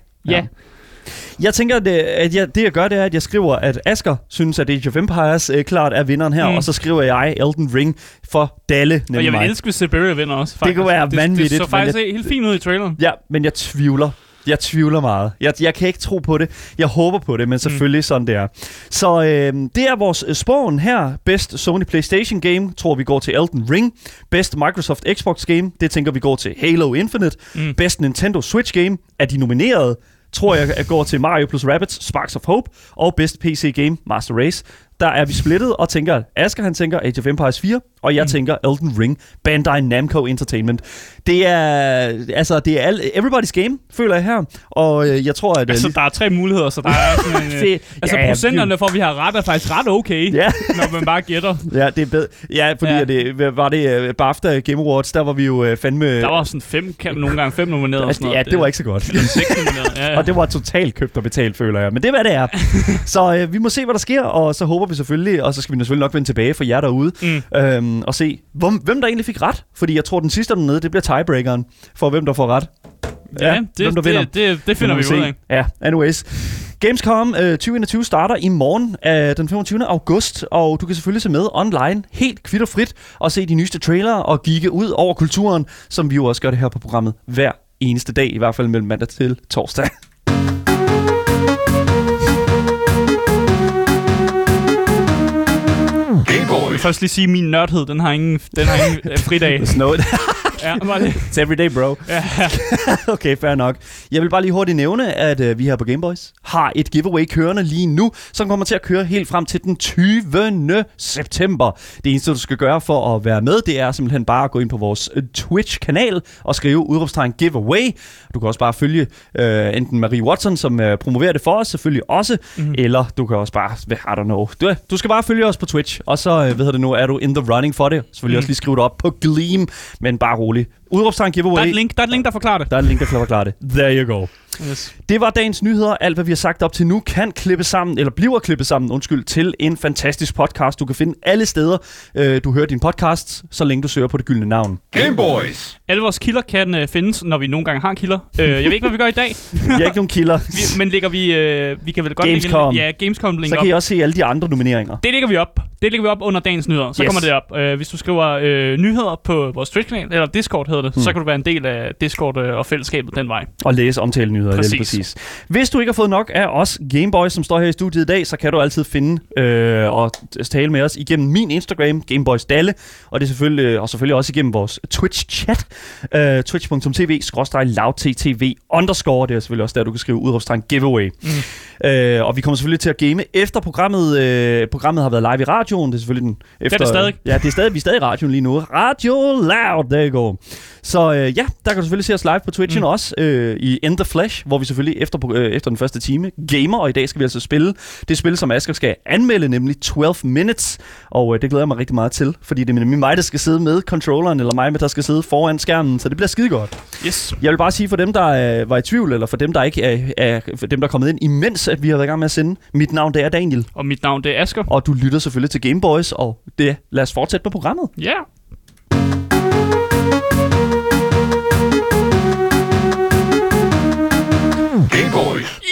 Jeg tænker, at det jeg gør, det er, at jeg skriver, at Asger synes, at Age of Empires klart er vinderen her, og så skriver jeg Elden Ring for Dalle. Og jeg vil elske, hvis Siberia vinder også, faktisk. Det kunne være vanvittigt. Det så faktisk helt fint ud i traileren. Ja, men jeg tvivler. Jeg tvivler meget. Jeg kan ikke tro på det. Jeg håber på det, men selvfølgelig sådan det er. Så det er vores spåen her. Best Sony PlayStation Game, tror vi går til Elden Ring. Best Microsoft Xbox Game, det tænker vi går til Halo Infinite. Best Nintendo Switch Game er de nominerede. Tror jeg går til Mario plus Rabbids Sparks of Hope. Og Best PC Game, Master Race. Der er vi splittet og tænker, Asger han tænker Age of Empires 4, og jeg tænker Elden Ring, Bandai Namco Entertainment. Det er everybody's game, føler jeg her, og jeg tror, at... Altså, der er 3 muligheder, så der er sådan en... procenterne for, at vi har ret, er faktisk ret okay, når man bare gætter. Ja, det er bedre. Ja, fordi var det BAFTA Game Awards, der var vi jo fandme... Der var sådan nogle gange 5 nomineret og sådan noget. Ja, det var ikke så godt. 6 nomineret, ja. Og det var totalt købt og betalt, føler jeg. Men det er, hvad det er. Så vi må se, hvad der sker, og så håber vi selvfølgelig, og så skal vi selvfølgelig nok vende tilbage for jer derude, og se, hvem der egentlig fik ret. Fordi jeg tror, den sidste dernede, det bliver tiebreakeren for, hvem der får ret. Ja, det finder vi ud af. Ja, anyways. Gamescom 2021 starter i morgen den 25. august, og du kan selvfølgelig se med online, helt kvitterfrit, og se de nyeste trailere og geeke ud over kulturen, som vi jo også gør det her på programmet hver eneste dag, i hvert fald mellem mandag til torsdag. Jeg vil først lige sige, at min nørdhed, den har ingen fridag. Ja, var det? It's every day, bro. Ja. Okay, fair nok. Jeg vil bare lige hurtigt nævne, at vi her på Gameboys har et giveaway kørende lige nu, som kommer til at køre helt frem til den 20. september. Det eneste, du skal gøre for at være med, det er simpelthen bare at gå ind på vores Twitch-kanal og skrive udråbstegn giveaway. Du kan også bare følge enten Marie Watson, som promoverer det for os, selvfølgelig også, eller du kan også bare, I don't know, du skal bare følge os på Twitch, og så, er du in the running for det. Selvfølgelig også lige skrive det op på Gleam, men bare roligt. Udråbstegn giveaway. Der er et link, der forklarer det. Der er et link, der forklarer det. There you go. Yes. Det var dagens nyheder. Alt, hvad vi har sagt op til nu, kan klippe sammen, eller bliver klippet sammen, til en fantastisk podcast. Du kan finde alle steder, du hører din podcast, så længe du søger på det gyldne navn. Gameboys! Alle vores kilder kan findes, når vi nogle gange har kilder. Jeg ved ikke, hvad vi gør i dag. Vi har ikke nogen kilder. Men lægger vi kan vel godt Gamescom. lægge Gamescom-link op. Så kan I også se alle de andre nomineringer. Det lægger vi op under dagens nyheder. Så kommer det op. Hvis du skriver nyheder på vores Twitch-kanal, eller Discord hedder det, så kan du være en del af Discord og fællesskabet den vej. Og læse omtalenyheder. Præcis. Hvis du ikke har fået nok af os Gameboys, som står her i studiet i dag, så kan du altid finde og tale med os igennem min Instagram, Gameboys Dalle, og det er selvfølgelig også igennem vores Twitch-chat, twitch.tv/loudttv_. Det er selvfølgelig også der, du kan skrive udråbstegn giveaway. Og vi kommer selvfølgelig til at game efter programmet. Programmet har været live i radioen. Det er selvfølgelig den efter. Det er det stadig. Ja, vi er stadig i radioen lige nu. Radio Loud, there you go. Så der kan du selvfølgelig se os live på Twitchen også i In The Flesh, hvor vi selvfølgelig efter den første time gamer, og i dag skal vi altså spille det spil, som Asger skal anmelde, nemlig 12 Minutes, og det glæder jeg mig rigtig meget til, fordi det er nemlig mig, der skal sidde med controlleren, eller mig, der skal sidde foran skærmen, så det bliver skide godt. Yes. Jeg vil bare sige for dem, der var i tvivl, eller for dem, der ikke er for dem, der er kommet ind, imens at vi har været i gang med at sende. Mit navn, det er Daniel. Og mit navn, det er Asger. Og du lytter selvfølgelig til Gameboys, og lad os fortsætte med programmet. Ja. Yeah. Gameboys!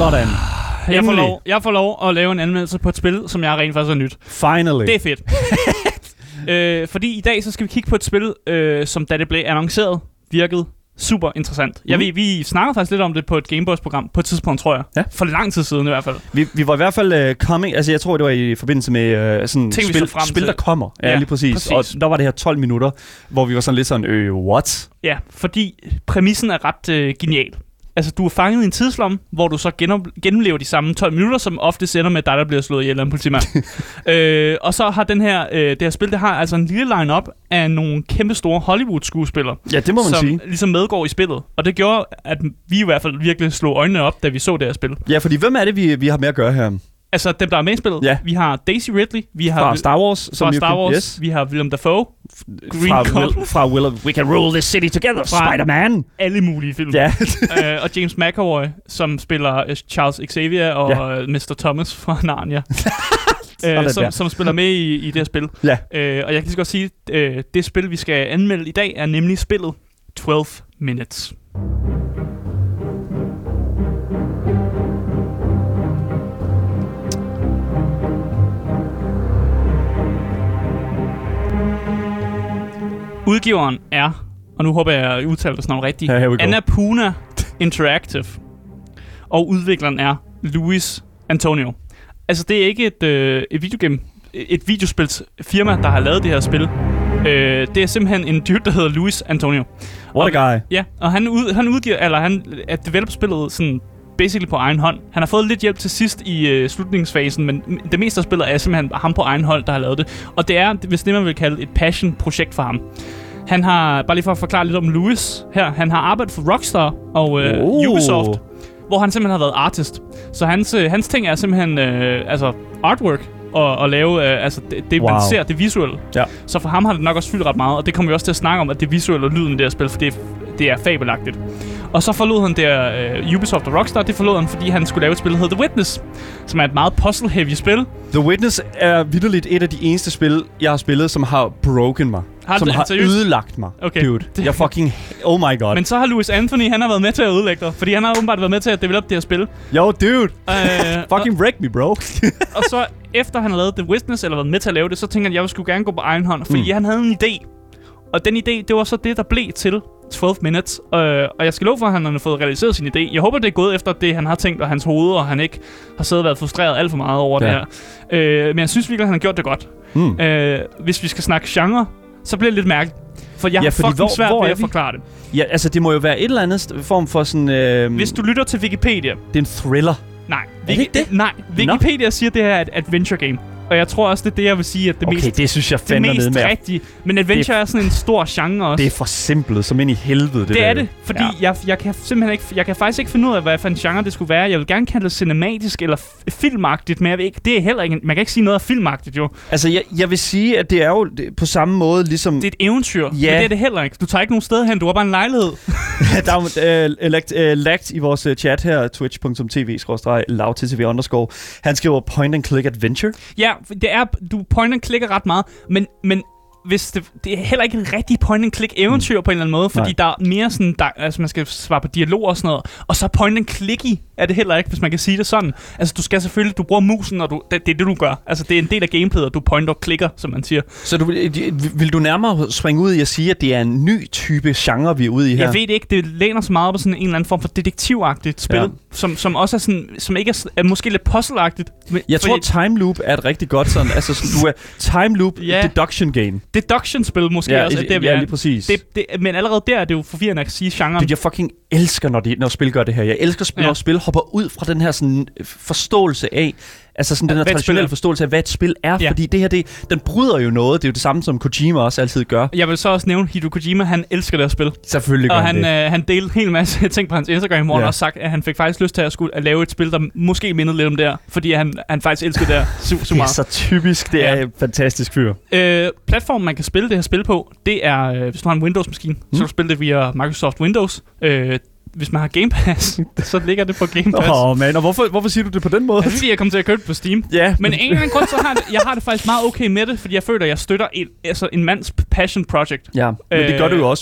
Sådan. Jeg får lov at lave en anmeldelse på et spil, som jeg rent faktisk har nyt. Finally. Det er fedt. Fordi i dag så skal vi kigge på et spil, som da det blev annonceret, virkede super interessant. Vi snakkede faktisk lidt om det på et Gameboys-program på et tidspunkt, tror jeg. Ja. For lang tid siden i hvert fald. Vi var i hvert fald coming, altså jeg tror, det var i forbindelse med sådan spil, der kommer. Ja, lige præcis. Og der var det her 12 minutter, hvor vi var sådan lidt sådan, what? Ja, fordi præmissen er ret genial. Altså, du er fanget i en tidslomme, hvor du så gennemlever de samme 12 minutter, som ofte ender med dig, der bliver slået ihjel af en politimand. Og så har det her spil, det har altså en lille line-up af nogle kæmpe store Hollywood-skuespillere. Ja, det må man sige. Som ligesom medgår i spillet. Og det gjorde, at vi i hvert fald virkelig slog øjnene op, da vi så det her spil. Ja, fordi hvem er det, vi har med at gøre her? Altså, dem, der er med i spillet. Ja. Vi har Daisy Ridley. Vi har fra Star Wars. Yes. Vi har Willem Dafoe. Fra We Can Rule This City Together. Spider-Man. Alle mulige film. Ja. Og James McAvoy, som spiller Charles Xavier og Mr. Thomas fra Narnia. Som spiller med i det her spil. Ja. Og jeg kan lige så godt sige, det spil, vi skal anmelde i dag, er nemlig spillet 12 Minutes. Udgiveren er, og nu håber jeg udtaler det sådan rigtigt, Annapurna Interactive. Og udvikleren er Luis Antonio. Altså, det er ikke et videospilsfirma, der har lavet det her spil. Det er simpelthen en dude, der hedder Luis Antonio. What a guy. Ja, og han developer spillet sådan basically på egen hånd. Han har fået lidt hjælp til sidst i slutningsfasen, men det meste af spillet er simpelthen ham på egen hånd, der har lavet det. Og det er, hvis det man vil kalde et passion-projekt for ham. Han har, bare lige for at forklare lidt om Luis her, han har arbejdet for Rockstar og Ubisoft, hvor han simpelthen har været artist. Så hans ting er simpelthen artwork og lave man ser, det visuelle. Ja. Så for ham har det nok også fyldt ret meget, og det kommer vi også til at snakke om, at det visuelle og lyden i det her spil, for det er fabelagtigt. Og så forlod han der Ubisoft og Rockstar, det forlod han, fordi han skulle lave et spil, der hedder The Witness, som er et meget puzzle-heavy spil. The Witness er vitterligt et af de eneste spil, jeg har spillet, som har broken mig. Som har ødelagt mig, dude. Jeg fucking... Oh my god. Men så har Luis Anthony, han har været med til at ødelægge dig, fordi han har åbenbart været med til at develop det her spil. Yo, dude. Fucking wreck me, bro. Og så efter han har lavet The Witness, eller været med til at lave det, så tænker han, at jeg skulle gerne gå på egen hånd, fordi han havde en idé. Og den idé, det var så det, der blev til 12 Minutes. Og jeg skal love for, at han har fået realiseret sin idé. Jeg håber, det er gået efter det, han har tænkt, og hans hoved, og han ikke har siddet og været frustreret alt for meget over det her. Men jeg synes virkelig, at han har gjort det godt. Hvis vi skal snakke genre, så bliver det lidt mærkeligt. For jeg har fucking svært ved at forklare det. Ja, altså det må jo være et eller andet form for sådan... Hvis du lytter til Wikipedia... Det er en thriller. Nej. Er det ikke det? Nej, Wikipedia siger, at det her er et adventure game. Og jeg tror også, det er det, jeg vil sige, at det synes jeg fandme det mest rigtige. Men adventure er sådan en stor genre også. Det er for simpelt, som ind i helvede. Det er det, fordi jeg kan simpelthen ikke... Jeg kan faktisk ikke finde ud af, hvad for en genre det skulle være. Jeg vil gerne kalde det cinematisk eller filmagtigt, men jeg ved ikke, det er heller ikke... Man kan ikke sige noget af filmagtigt, jo. Altså, jeg vil sige, at det er jo på samme måde ligesom... Det er et eventyr, men det er det heller ikke. Du tager ikke nogen sted hen, du har bare en lejlighed. Der er lagt i vores chat her, twitch.tv/lavttv_. Han skriver point and click adventure. Ja, det er, du point and clicker ret meget, men hvis det er heller ikke en rigtig point and click eventyr på en eller anden måde, fordi der er mere sådan, man skal svare på dialog og sådan noget, og så point and clicky er det heller ikke, hvis man kan sige det sådan. Altså du skal selvfølgelig, du bruger musen, og det er det du gør. Altså det er en del af gameplayet, og du pointer og klikker, som man siger. Så vil du nærmere springe ud i at sige, at det er en ny type genre, vi er ude i her? Jeg ved ikke, det læner så meget på sådan en eller anden form for detektivagtigt spil, som også er sådan, som ikke er måske lidt puzzleagtigt. Jeg tror time loop er et rigtig godt sådan, altså sådan, du er time loop deduction game. Deduction-spil måske også, det vi er. Lige præcis. Men allerede der er det jo forvirrende at sige genren. Jeg fucking elsker, når spil gør det her. Jeg elsker, når spil hopper ud fra den her sådan, forståelse af, altså sådan den her traditionelle forståelse af, hvad et spil er. Fordi det her, den bryder jo noget. Det er jo det samme, som Kojima også altid gør. Jeg vil så også nævne, Hideo Kojima, han elsker det her spil. Selvfølgelig gør han det. Og han delte en hel masse ting på hans Instagram, hvor han også sagt, at han fik faktisk lyst til at lave et spil, der måske mindede lidt om det her. Fordi han faktisk elsker det her super meget. Det er så typisk. Det er en fantastisk fyr. Platformen, man kan spille det her spil på, det er, hvis du har en Windows-maskine, så kan du spille det via Microsoft Windows. Hvis man har Game Pass, så ligger det på Game Pass. Man, og hvorfor siger du det på den måde? Fordi jeg kommer til at købe det på Steam. Ja. Men en eller anden grund, så har det faktisk meget okay med det, fordi jeg føler, at jeg støtter en mands passion project. Ja, men det gør du jo også ved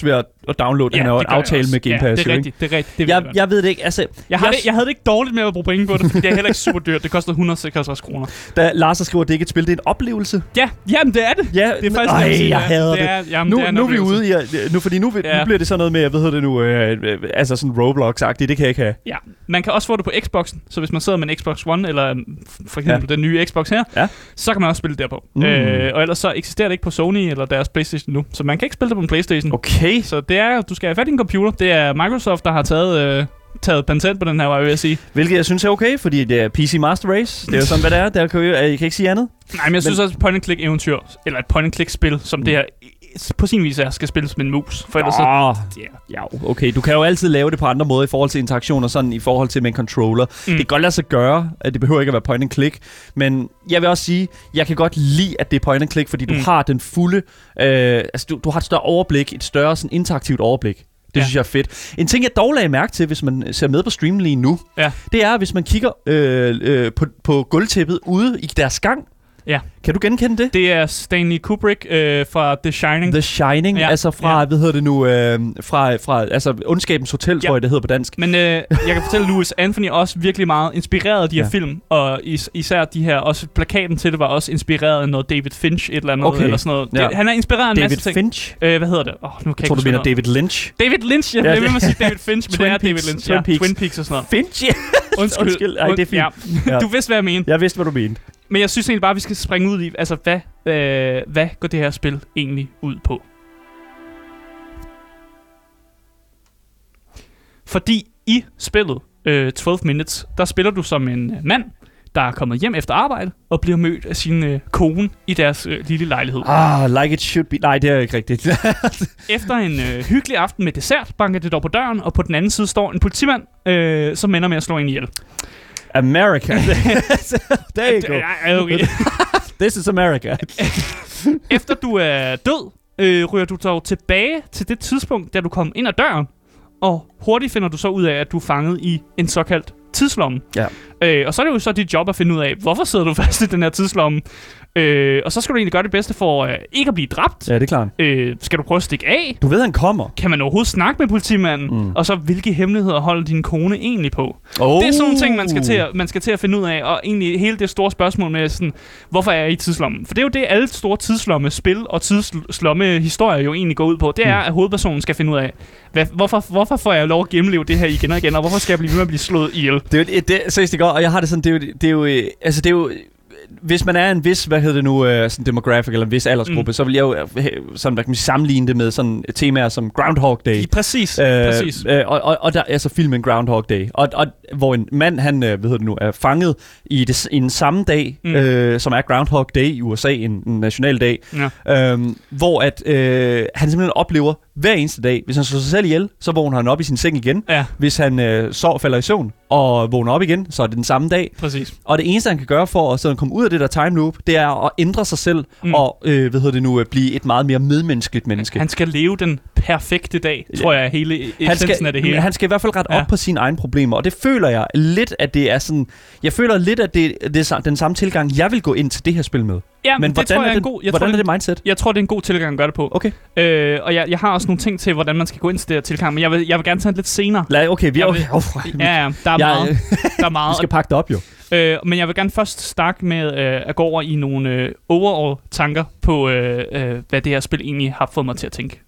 at downloade den og aftale med Game Pass. Ja, det er rigtigt. Jeg ved det ikke. Altså, jeg havde det ikke dårligt med at bruge penge på det, fordi det er heller ikke super dyrt. Det koster 156 kroner. Da Lars skriver, at det ikke er et spil, det er en oplevelse. Ja, jamen det er det. Ja, det er faktisk jeg hader det. Nu er vi ude i... Nu bliver det sådan noget med, hvad hedder det nu, altså sådan Roblox-agtigt, det kan jeg ikke have. Ja, man kan også få det på Xboxen, så hvis man sidder med en Xbox One, eller for eksempel den nye Xbox her, så kan man også spille det derpå. Og ellers så eksisterer det ikke på Sony eller deres PlayStation nu, så man kan ikke spille det på en PlayStation. Okay. Så det er, du skal have fat i en computer. Det er Microsoft, der har taget patent på den her, vil jeg sige. Hvilket jeg synes er okay, fordi det er PC Master Race. Det er jo sådan, hvad det er. Jeg kan ikke sige andet. Nej, men jeg synes også, et point-and-click-eventyr, eller et point-and-click-spil, som det her på sin vis skal spilles med en mus. For ellers ja, okay. Du kan jo altid lave det på andre måder i forhold til interaktioner, sådan i forhold til med en controller. Det kan godt lade sig gøre, at det behøver ikke at være point and click, men jeg vil også sige, jeg kan godt lide, at det er point and click, fordi du har den fulde, du har et større overblik, et større sådan interaktivt overblik. Det synes jeg er fedt. En ting, jeg dog lagde mærke til, hvis man ser med på streamen lige nu, det er, hvis man kigger på gulvtæppet ude i deres gang. Ja. Kan du genkende det? Det er Stanley Kubrick fra The Shining. The Shining, altså fra, hvad hedder det nu, fra altså Ondskabens Hotel, tror jeg, det hedder på dansk. Men jeg kan fortælle, Louis Anthony også virkelig meget inspireret af de her film, og især de her, også plakaten til det var også inspireret af noget David Finch, et eller andet, eller sådan noget. Ja. Han er inspireret af en masse ting. David Finch? Hvad hedder det? Nu kan jeg tror, du mener David Lynch? David Lynch, jeg bliver ved med at sige David Finch, men det er David Lynch. Twin Peaks og sådan noget. Finch, ja. Undskyld. Ej, det er fint. Ja. Du vidste, hvad jeg mente. Jeg vidste, hvad du mente. Men jeg synes egentlig bare, at vi skal springe ud i, altså hvad går det her spil egentlig ud på? Fordi i spillet 12 Minutes, der spiller du som en mand, der er kommet hjem efter arbejde og bliver mødt af sin kone i deres lille lejlighed. Like it should be. Nej, det er ikke rigtigt. Efter en hyggelig aften med dessert, banker det dog på døren, og på den anden side står en politimand, som ender med at slå en ihjel. America. There you go. Okay. This is America. Efter du er død, ryger du dog tilbage til det tidspunkt, da du kom ind ad døren, og hurtigt finder du så ud af, at du er fanget i en såkaldt tidslomme. Ja. Og så er det jo så dit job at finde ud af, hvorfor sidder du fast i den her tidslomme. Og så skal du egentlig gøre det bedste for ikke at blive dræbt. Ja, det er klart. Skal du prøve at stikke af? Du ved, han kommer. Kan man overhovedet snakke med politimanden? Og så, hvilke hemmeligheder holder din kone egentlig på? Det er sådan nogle ting, man skal til at finde ud af. Og egentlig hele det store spørgsmål med, sådan, hvorfor er jeg i tidslommen? For det er jo det, alle store tidslomme spil og tidslomme historier jo egentlig går ud på. Det er, at hovedpersonen skal finde ud af, hvorfor får jeg lov at gennemleve det her igen og igen? Og hvorfor skal jeg blive ved med at blive slået ihjel? Det godt, og jeg har det sådan, det er jo hvis man er en vis, sådan demographic eller en vis aldersgruppe, så vil jeg jo sådan, hvad kan man sige, sammenligne det med sådan temaer som Groundhog Day. Præcis. Og der er altså filmen Groundhog Day, og hvor en mand, han er fanget i den samme dag, som er Groundhog Day i USA, en nationaldag, hvor at han simpelthen oplever hver eneste dag, hvis han slår sig selv ihjel, så vågner han op i sin seng igen. Ja. Hvis han falder i søvn og vågner op igen, så er det den samme dag. Præcis. Og det eneste, han kan gøre for at sådan komme ud af det der time loop, det er at ændre sig selv og blive et meget mere medmenneskeligt menneske. Han skal leve den perfekte dag, tror jeg, hele essensen af det hele. Han skal i hvert fald rette op på sine egne problemer, og det føler jeg lidt, at det er sådan... Jeg føler lidt, at det er den samme tilgang, jeg vil gå ind til det her spil med. Ja, men hvordan er det mindset? Jeg tror, det er en god tilgang at gøre det på. Okay. Og jeg har også nogle ting til, hvordan man skal gå ind til det her tilgang, men jeg vil gerne tage det lidt senere. Okay, der er meget. Vi skal pakke det op, jo. Men jeg vil gerne først starte med at gå over i nogle overall tanker på, hvad det her spil egentlig har fået mig til at tænke.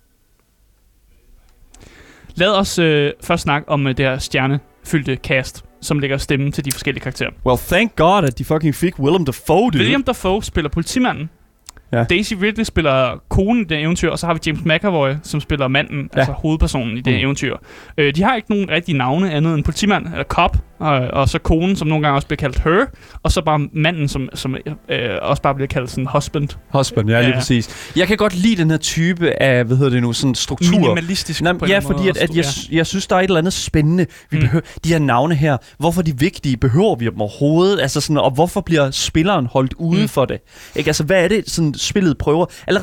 Lad os først snakke om det her stjernefyldte cast, som lægger stemme til de forskellige karakterer. Well, thank God, at de fucking fik Willem Dafoe, dude. William Dafoe spiller politimanden. Ja. Daisy Ridley spiller konen i det eventyr, og så har vi James McAvoy, som spiller manden, altså hovedpersonen i det eventyr. De har ikke nogen rigtige navne andet end politimand, eller cop, og så konen, som nogle gange også bliver kaldt her, og så bare manden, som også bare bliver kaldt sådan husband. Husband, ja, lige præcis. Jeg kan godt lide den her type af, sådan struktur. Minimalistisk på en fordi jeg synes, der er et eller andet spændende. Vi behøver de her navne her. Hvorfor de vigtige? Behøver vi dem overhovedet? Altså sådan, og hvorfor bliver spilleren holdt ude for det? Ikke? Altså, hvad er det, sådan spillet prøver? Allerede der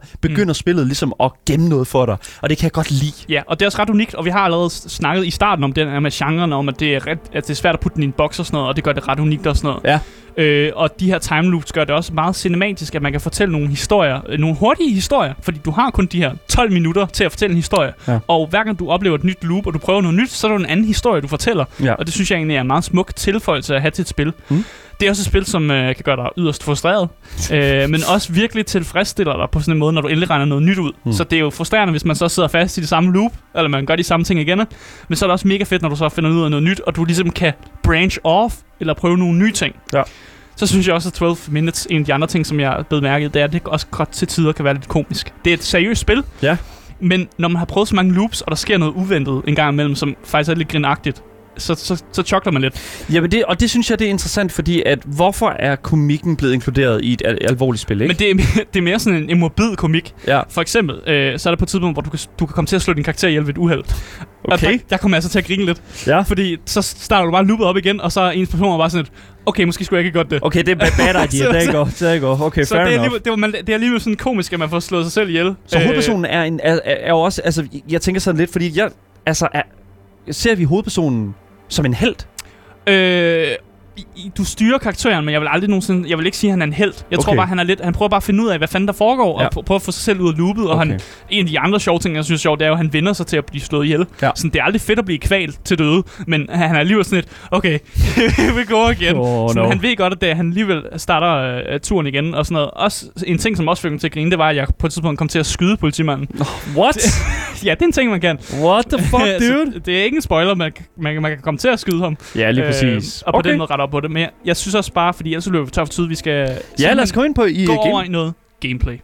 begynder spillet ligesom at gemme noget for dig, og det kan jeg godt lide. Ja, og det er også ret unikt, og vi har allerede snakket i starten om den her med genren, om at det er svært at putte den i en boks og sådan noget, og det gør det ret unikt og sådan noget. Ja. Og de her time loops gør det også meget cinematisk, at man kan fortælle nogle historier, nogle hurtige historier, fordi du har kun de her 12 minutter til at fortælle en historie. Ja. Og hver gang du oplever et nyt loop, og du prøver noget nyt, så er det en anden historie, du fortæller. Ja. Og det synes jeg egentlig er en meget smuk tilføjelse at have til et spil. Det er også et spil, som kan gøre dig yderst frustreret, men også virkelig tilfredsstiller dig på sådan en måde, når du endelig regner noget nyt ud. Så det er jo frustrerende, hvis man så sidder fast i det samme loop, eller man gør de samme ting igen. Men så er det også mega fedt, når du så finder ud af noget nyt, og du ligesom kan branch off, eller prøve nogle nye ting. Ja. Så synes jeg også, at 12 Minutes, en af de andre ting, som jeg er blevet mærket, det er, at det også godt til tider kan være lidt komisk. Det er et seriøst spil, men når man har prøvet så mange loops, og der sker noget uventet en gang imellem, som faktisk er lidt grinagtigt, så chokler man lidt. Ja, men det synes jeg, det er interessant, fordi at hvorfor er komikken blevet inkluderet i et alvorligt spil, ikke? Men det er mere sådan en morbid komik. Ja. For eksempel, så er der på et tidspunkt, hvor du kan komme til at slå din karakter ihjel ved et uheld. Okay. Der kommer jeg altså til at grine lidt. Ja. Fordi så starter du bare loopet op igen, og så er ens person bare sådan et, okay, måske skulle jeg ikke gøre det. Okay, det er bad idea. Der går. Okay, så fair enough. Det er alligevel sådan komisk, at man får slået sig selv ihjel. Så hovedpersonen er jo også, altså, jeg tænker sådan lidt, fordi ser vi hovedpersonen som en helt? Du styrer karakteren, men jeg vil aldrig nogensinde, jeg vil ikke sige, at han er en helt. Jeg tror bare, han prøver bare at finde ud af, hvad fanden der foregår, og prøver at få sig selv ud af loopet. Og en af de andre sjove ting, jeg synes er sjovt, det er jo, at han vender sig til at blive slået ihjel. Ja. Sådan, det er aldrig fedt at blive kvalt til døde, men han er alligevel sådan et, okay, vi går igen. Han ved godt, at han alligevel starter turen igen og sådan noget. Også en ting, som også fik mig til at grine, det var, at jeg på et tidspunkt kom til at skyde politimanden. What? Ja, det er en ting, man kan. What the fuck, dude? Det er ikke en spoiler, man kan komme til at skyde ham. Ja, lige præcis. Og på den måde ret op på det. Men jeg synes også bare, fordi ellers løber vi tør for tid, vi skal lad os gå ind på gå over i noget gameplay.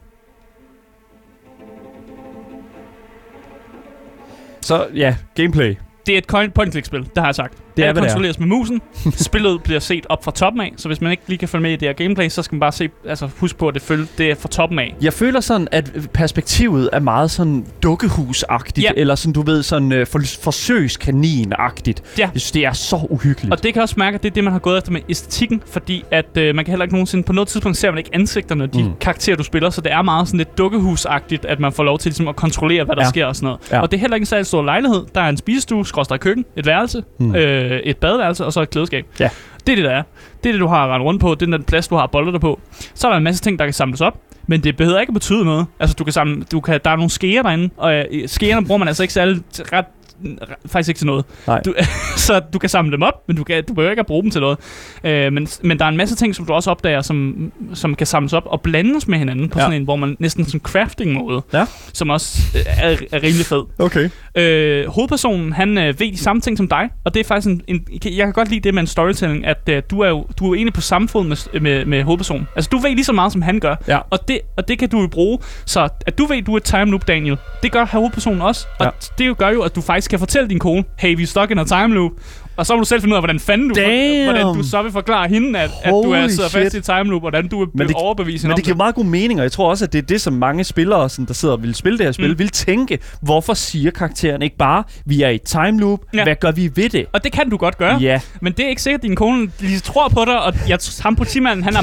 Så ja, gameplay. Det er et point-and-click-spil, det har jeg sagt. Det er, kontrolleres med musen. Spillet bliver set op fra toppen af, så hvis man ikke lige kan følge med i det her gameplay, så skal man bare huske på, at det er fra toppen af. Jeg føler sådan, at perspektivet er meget sådan dukkehus-agtigt, eller sådan, du ved, sådan forsøgskanin-agtigt. Ja. Jeg synes, det er så uhyggeligt. Og det kan også mærke, at det er det, man har gået efter med æstetikken, fordi at man kan heller ikke nogensinde, på noget tidspunkt ser man ikke ansigterne, de karakterer, du spiller, så det er meget sådan lidt dukkehus-agtigt, at man får lov til ligesom, at kontrollere, hvad der sker og sådan noget. Ja. Og det er heller ikke en særlig stor lejlighed. Der er en spisestue, køkken, et værelse, et badeværelse og så et klædeskab. Ja. Det er det, der er. Det er det, du har rendt rundt på. Det er den plads, du har boldet dig på. Så er der en masse ting, der kan samles op. Men det behøver ikke at betyde noget. Altså, der er nogle skeer derinde, og skeerne bruger man altså ikke særlig faktisk ikke til noget. Så du kan samle dem op, men du behøver ikke at bruge dem til noget. Men der er en masse ting, som du også opdager, som kan samles op og blandes med hinanden på sådan en, hvor man næsten sådan crafting-måde, som også er rimelig fed. Okay. Hovedpersonen, han ved de samme ting som dig, og det er faktisk jeg kan godt lide det med en storytelling, at du er egentlig på samme fod med hovedpersonen. Altså, du ved lige så meget, som han gør, og det kan du jo bruge. Så at du ved, du er et time loop, Daniel, det gør hovedpersonen også, og det gør jo, at du faktisk kan fortælle din kone, hey, vi er stuck in a time loop. Og så må du selv finde ud af, hvordan du så vil forklare hende, at du er sidder fast i et time loop, hvordan du vil overbevise hende om det. Men det giver meget god mening, og jeg tror også, at det er det, som mange spillere, der sidder og vil spille det her spil, vil tænke, hvorfor siger karakteren ikke bare, vi er i et time loop, hvad gør vi ved det? Og det kan du godt gøre, men det er ikke sikkert, at din kone lige tror på dig, og ham politimanden, han er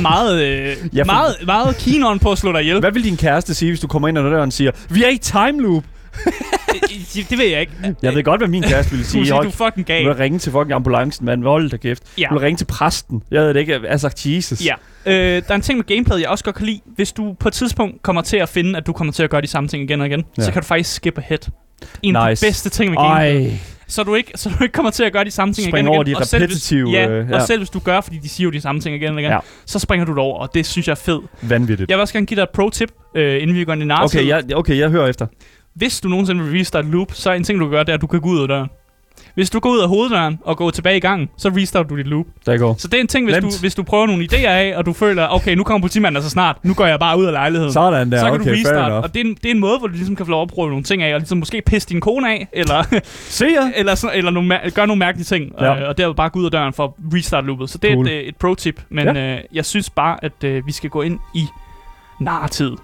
meget keen on på at slå dig ihjel. Hvad vil din kæreste sige, hvis du kommer ind ad døren og siger, vi er i time loop? Det ved jeg ikke. Jeg ved godt, hvad min kæreste ville sige. Du er fucking gal. Du vil ringe til fucking ambulancen, mand. Hold da kæft. Du vil ringe til præsten. Jeg ved det ikke. Altså, Jesus. Ja. Der er en ting med gameplayet, jeg også godt kan lide. Hvis du på et tidspunkt kommer til at finde, at du kommer til at gøre de samme ting igen og igen, så kan du faktisk skip ahead. En af de bedste ting med gameplayet. Så du ikke kommer til at gøre de samme ting igen og igen. Over de repetitive... Og selv hvis du gør, fordi de siger jo de samme ting igen og igen, så springer du det over, og det synes jeg er fedt. Vanvittigt. Jeg vil også gerne give dig et pro-tip, inden vi går ind i narrativ. Okay, jeg hører efter. Hvis du nogensinde vil restart loop, så er en ting, du kan gøre, det er, at du kan gå ud af døren. Hvis du går ud af hoveddøren og går tilbage i gangen, så restarter du dit loop. Så det er en ting, hvis du prøver nogle idéer af, og du føler, okay, nu kommer politimanden altså snart, nu går jeg bare ud af lejligheden. Sådan der, så kan du restarte. Og det er en måde, hvor du ligesom kan få lov at prøve nogle ting af, og ligesom måske pisse din kone af, eller gøre nogle mærkelige ting, og derved bare gå ud af døren for at restarte loopet. Så det er et pro-tip, men jeg synes bare, at vi skal gå ind i narrativet.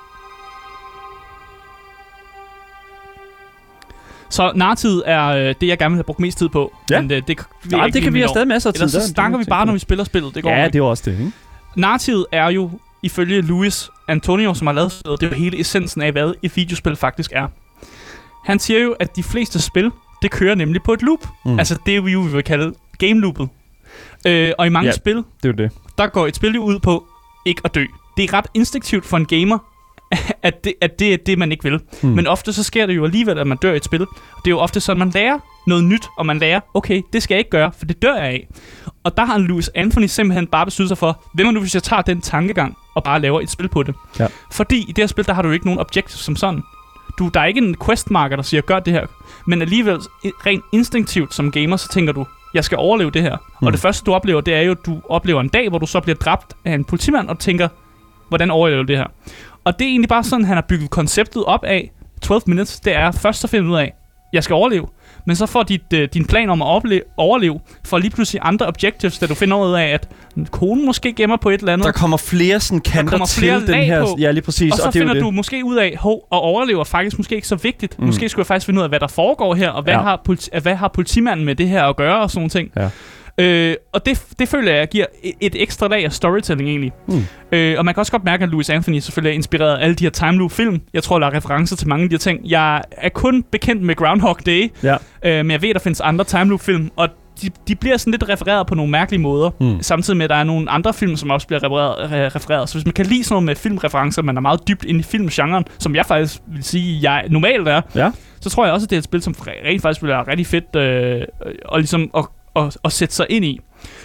Så narrativet er det, jeg gerne vil have brugt mest tid på. Ja. Men det kan vi have stadig masser af tid. Ellers så snakker vi bare, når vi spiller spillet. Det går det er også det, ikke? Narrativet er jo ifølge Luis Antonio, som har lavet spillet, det er jo hele essensen af, hvad et videospil faktisk er. Han siger jo, at de fleste spil, det kører nemlig på et loop. Altså det, vi jo vil kalde game loopet. Og i mange spil, det er det. Der går et spil jo ud på ikke at dø. Det er ret instinktivt for en gamer, at det er det, man ikke vil. Men ofte så sker det jo alligevel, at man dør i et spil. Det er jo ofte sådan, man lærer noget nyt, og man lærer, okay, det skal jeg ikke gøre, for det dør jeg af. Og der har Louis Anthony simpelthen bare besluttet sig for, hvem er nu, hvis jeg tager den tankegang og bare laver et spil på det. Ja. Fordi i det her spil, der har du ikke nogen objectives som sådan. Der er ikke en questmarker, der siger, gør det her. Men alligevel, rent instinktivt som gamer, så tænker du, jeg skal overleve det her. Og det første, du oplever, det er jo, at du oplever en dag, hvor du så bliver dræbt af en politimand, og tænker, hvordan overlever du det her? Og det er egentlig bare sådan, han har bygget konceptet op af 12 minutes. Det er først at finde ud af, jeg skal overleve. Men så får din plan om at overleve, for lige pludselig andre objectives, da du finder ud af, at konen måske gemmer på et eller andet. Der kommer flere sådan kanter til den her. På, ja, lige præcis. Og så finder du måske ud af, at overleve er faktisk måske ikke så vigtigt. Måske skulle jeg faktisk finde ud af, hvad der foregår her, og hvad har politimanden med det her at gøre, og sådan nogle ting. Ja. Og det føler jeg giver et ekstra lag af storytelling egentlig. Og man kan også godt mærke, at Louis Anthony selvfølgelig er inspireret af alle de her time loop film. Jeg tror, der er referencer til mange af de her ting. Jeg er kun bekendt med Groundhog Day, men jeg ved, at der findes andre time loop film, og de bliver sådan lidt refereret på nogle mærkelige måder, samtidig med, at der er nogle andre film, som også bliver refereret. Så hvis man kan lide sådan noget med filmreferencer, man er meget dybt inde i filmgenren, som jeg faktisk vil sige, jeg normalt er, så tror jeg også, at det er et spil, som rent faktisk bliver rigtig fedt og ligesom at sætte sig ind i.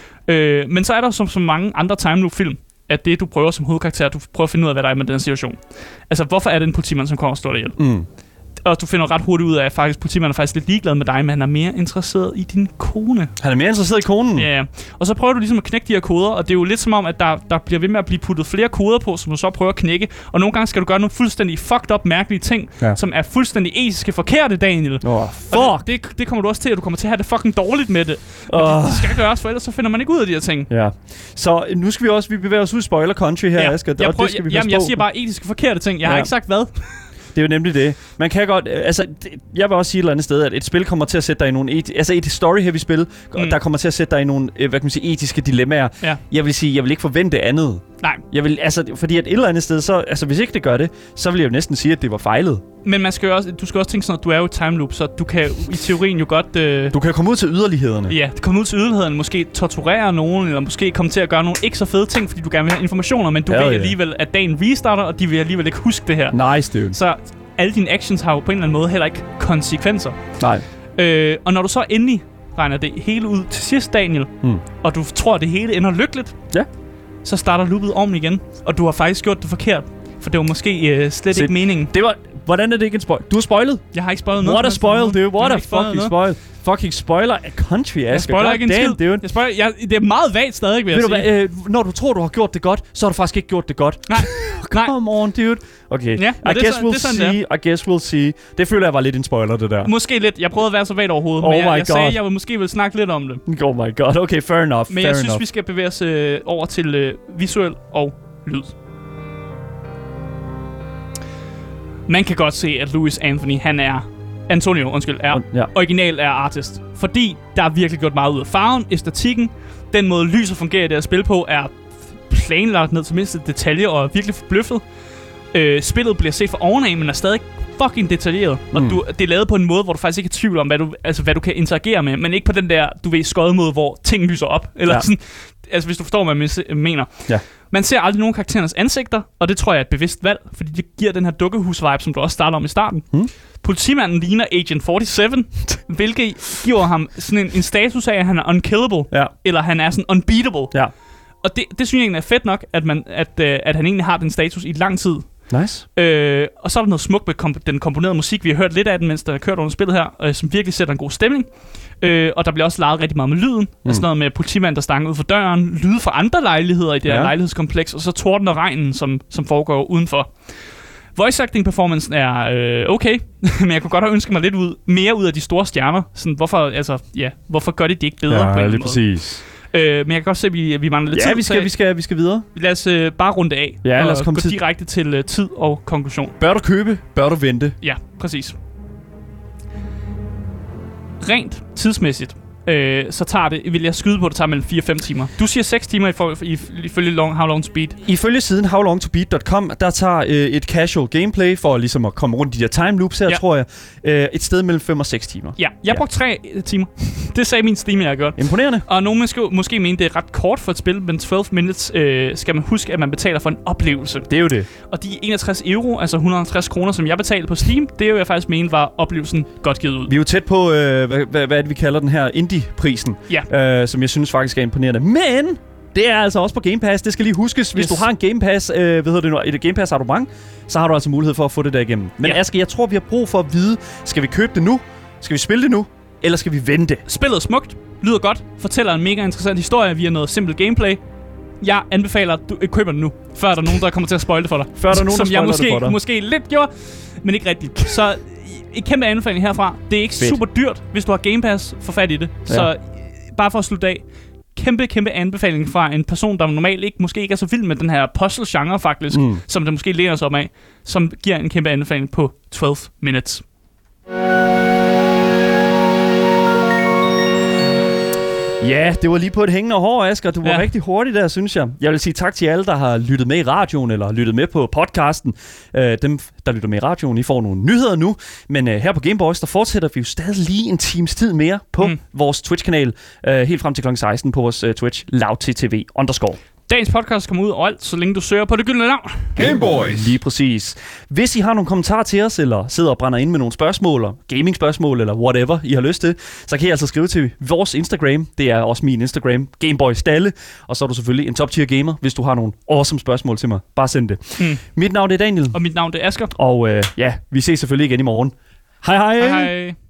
Men så er der som mange andre time loop film, at det du prøver som hovedkarakter, du prøver at finde ud af, hvad der er med den situation. Altså, hvorfor er det en politimand, som kommer og slår dig ihjel? Og du finder ret hurtigt ud af, at faktisk politimanden er faktisk lidt ligeglad med dig, men han er mere interesseret i din kone. Han er mere interesseret i konen? Ja. Og så prøver du ligesom at knække de her koder, og det er jo lidt som om, at der bliver ved med at blive puttet flere koder på, som du så prøver at knække. Og nogle gange skal du gøre nogle fuldstændig fucked up mærkelige ting, som er fuldstændig etiske forkerte, Daniel. Fuck! Det kommer du også til, at du kommer til at have det fucking dårligt med det. Det skal gøres, for ellers så finder man ikke ud af de her ting. Ja. Så nu skal vi bevæger os ud i spoiler country her, Asger. Jeg siger bare etiske forkerte ting. Jeg har ikke sagt hvad. Det er jo nemlig det. Man kan godt... Altså, jeg vil også sige et eller andet sted, at et spil kommer til at sætte dig i nogle... Altså, et story-heavy spil, der kommer til at sætte dig i nogle, hvad kan man sige, etiske dilemmaer. Ja. Jeg vil sige, jeg vil ikke forvente andet. Nej. Jeg vil, altså, fordi at et eller andet sted, så... Altså, hvis ikke det gør det, så vil jeg jo næsten sige, at det var fejlet. Men du skal også tænke sådan, at du er jo et time loop, så du kan i teorien jo godt... Du kan komme ud til yderlighederne. Ja, komme ud til yderlighederne. Måske torturere nogen, eller måske komme til at gøre nogle ikke så fede ting, fordi du gerne vil have informationer, men du ved alligevel, at dagen restarter, og de vil alligevel ikke huske det her. Nice, dude. Så alle dine actions har jo på en eller anden måde heller ikke konsekvenser. Nej. Og når du så endelig regner det hele ud til sidst, Daniel, og du tror, at det hele ender lykkeligt, så starter loopet om igen, og du har faktisk gjort det forkert. For det var måske slet ikke meningen. Det var... Hvordan er det ikke en spoil? Du har spoilet. Jeg har ikke spoilet noget. What a spoil, dude. What a fucking spoil. Fucking spoiler af country, Asger. Jeg spoiler ikke en skid. Det er meget vagt stadig, vil jeg sige. Når du tror, du har gjort det godt, så har du faktisk ikke gjort det godt. Nej. Come on, dude. Okay. Ja, I guess we'll see. Det føler jeg var lidt en spoiler, det der. Måske lidt. Jeg prøvede at være så vagt overhovedet, men jeg sagde, at jeg måske ville snakke lidt om det. Oh my god. Okay, fair enough. Men jeg synes, vi skal bevæge os over til visuel og lyd. Man kan godt se, at Louis Anthony, original er artist. Fordi der er virkelig gjort meget ud af farven, æstetikken, den måde lyset fungerer i det at spille på, er planlagt ned til mindste detalje og er virkelig forbløffet. Spillet bliver set fra ovenaf, men er stadig fucking detaljeret. Og det er lavet på en måde, hvor du faktisk ikke er i tvivl om, hvad du kan interagere med, men ikke på den der, skøjet måde, hvor ting lyser op. Eller sådan, altså hvis du forstår, hvad jeg mener. Ja. Man ser aldrig nogen karakterernes ansigter, og det tror jeg er et bevidst valg, fordi det giver den her dukkehus-vibe, som du også starter om i starten. Politimanden ligner Agent 47, hvilket giver ham sådan en status af, at han er unkillable, eller han er sådan unbeatable. Ja. Og det synes jeg egentlig er fedt nok, at han egentlig har den status i lang tid. Nice. Og så er der noget smukt med den komponerede musik. Vi har hørt lidt af den, mens der har kørt under spillet her, som virkelig sætter en god stemning. Og der bliver også leget rigtig meget med lyden. Altså noget med politimanden, der stanger ud for døren, lyde fra andre lejligheder i det her lejlighedskompleks, og så torden og regnen, som foregår udenfor. Voice acting performancen er okay, men jeg kunne godt have ønsket mig lidt mere ud af de store stjerner. Sådan, hvorfor gør de ikke bedre på en eller anden måde? Men jeg kan godt se, at vi mangler lidt tid. Vi skal videre. Lad os bare runde af og gå direkte til tid og konklusion. Bør du købe? Bør du vente? Ja, præcis. Rent tidsmæssigt så vil jeg skyde på, at det tager mellem 4-5 timer. Du siger 6 timer ifølge How Long to Beat. Ifølge siden howlongtobeat.com, der tager et casual gameplay for ligesom at komme rundt i de der time loops her, tror jeg, et sted mellem 5 og 6 timer. Ja, jeg brugte 3 timer. Det sagde min Steam, jeg har gjort. Imponerende. Og nogen måske mener, det er ret kort for et spil, men 12 minutes skal man huske, at man betaler for en oplevelse. Det er jo det. Og de 61 euro, altså 150 kroner, som jeg betalte på Steam, det er jo jeg faktisk mener var oplevelsen godt givet ud. Vi er jo tæt på, hvad er det, vi kalder den her indie-prisen, som jeg synes faktisk er imponerende. Men det er altså også på Game Pass. Det skal lige huskes. Hvis du har en Game Pass, et Game Pass abonnement, så har du altså mulighed for at få det der igennem. Men Aske, jeg tror, vi har brug for at vide, skal vi købe det nu? Skal vi spille det nu? Eller skal vi vente? Spillet er smukt, lyder godt, fortæller en mega interessant historie via noget simpelt gameplay. Jeg anbefaler, at du køber det nu, før der er nogen, der kommer til at spoile det for dig. Før der er nogen, der spoiler det for dig. Måske lidt gjorde, men ikke rigtigt. Så et kæmpe anbefaling herfra. Det er ikke super dyrt, hvis du har Game Pass, få fat i det. Ja. Så bare for at slutte af. Kæmpe anbefaling fra en person, der normalt måske ikke er så vild med den her puzzle-genre faktisk, som det måske læner sig op af, som giver en kæmpe anbefaling på 12 minutes. Ja, det var lige på et hængende hår, Asger. Du var rigtig hurtig der, synes jeg. Jeg vil sige tak til alle, der har lyttet med i radioen, eller lyttet med på podcasten. Dem, der lytter med i radioen, I får nogle nyheder nu. Men her på Gameboys, der fortsætter vi jo stadig lige en times tid mere på vores Twitch-kanal. Helt frem til kl. 16 på vores Twitch, LoudTTV_. Dagens podcast kommer ud overalt, så længe du søger på det gyldne navn. Gameboys! Lige præcis. Hvis I har nogle kommentarer til os, eller sidder og brænder ind med nogle spørgsmål, eller gaming-spørgsmål, eller whatever I har lyst til, så kan I altså skrive til vores Instagram. Det er også min Instagram, Gameboys Dalle. Og så er du selvfølgelig en top-tier gamer, hvis du har nogle awesome spørgsmål til mig. Bare send det. Mit navn er Daniel. Og mit navn er Asger. Og vi ses selvfølgelig igen i morgen. Hej hej! Hej hej!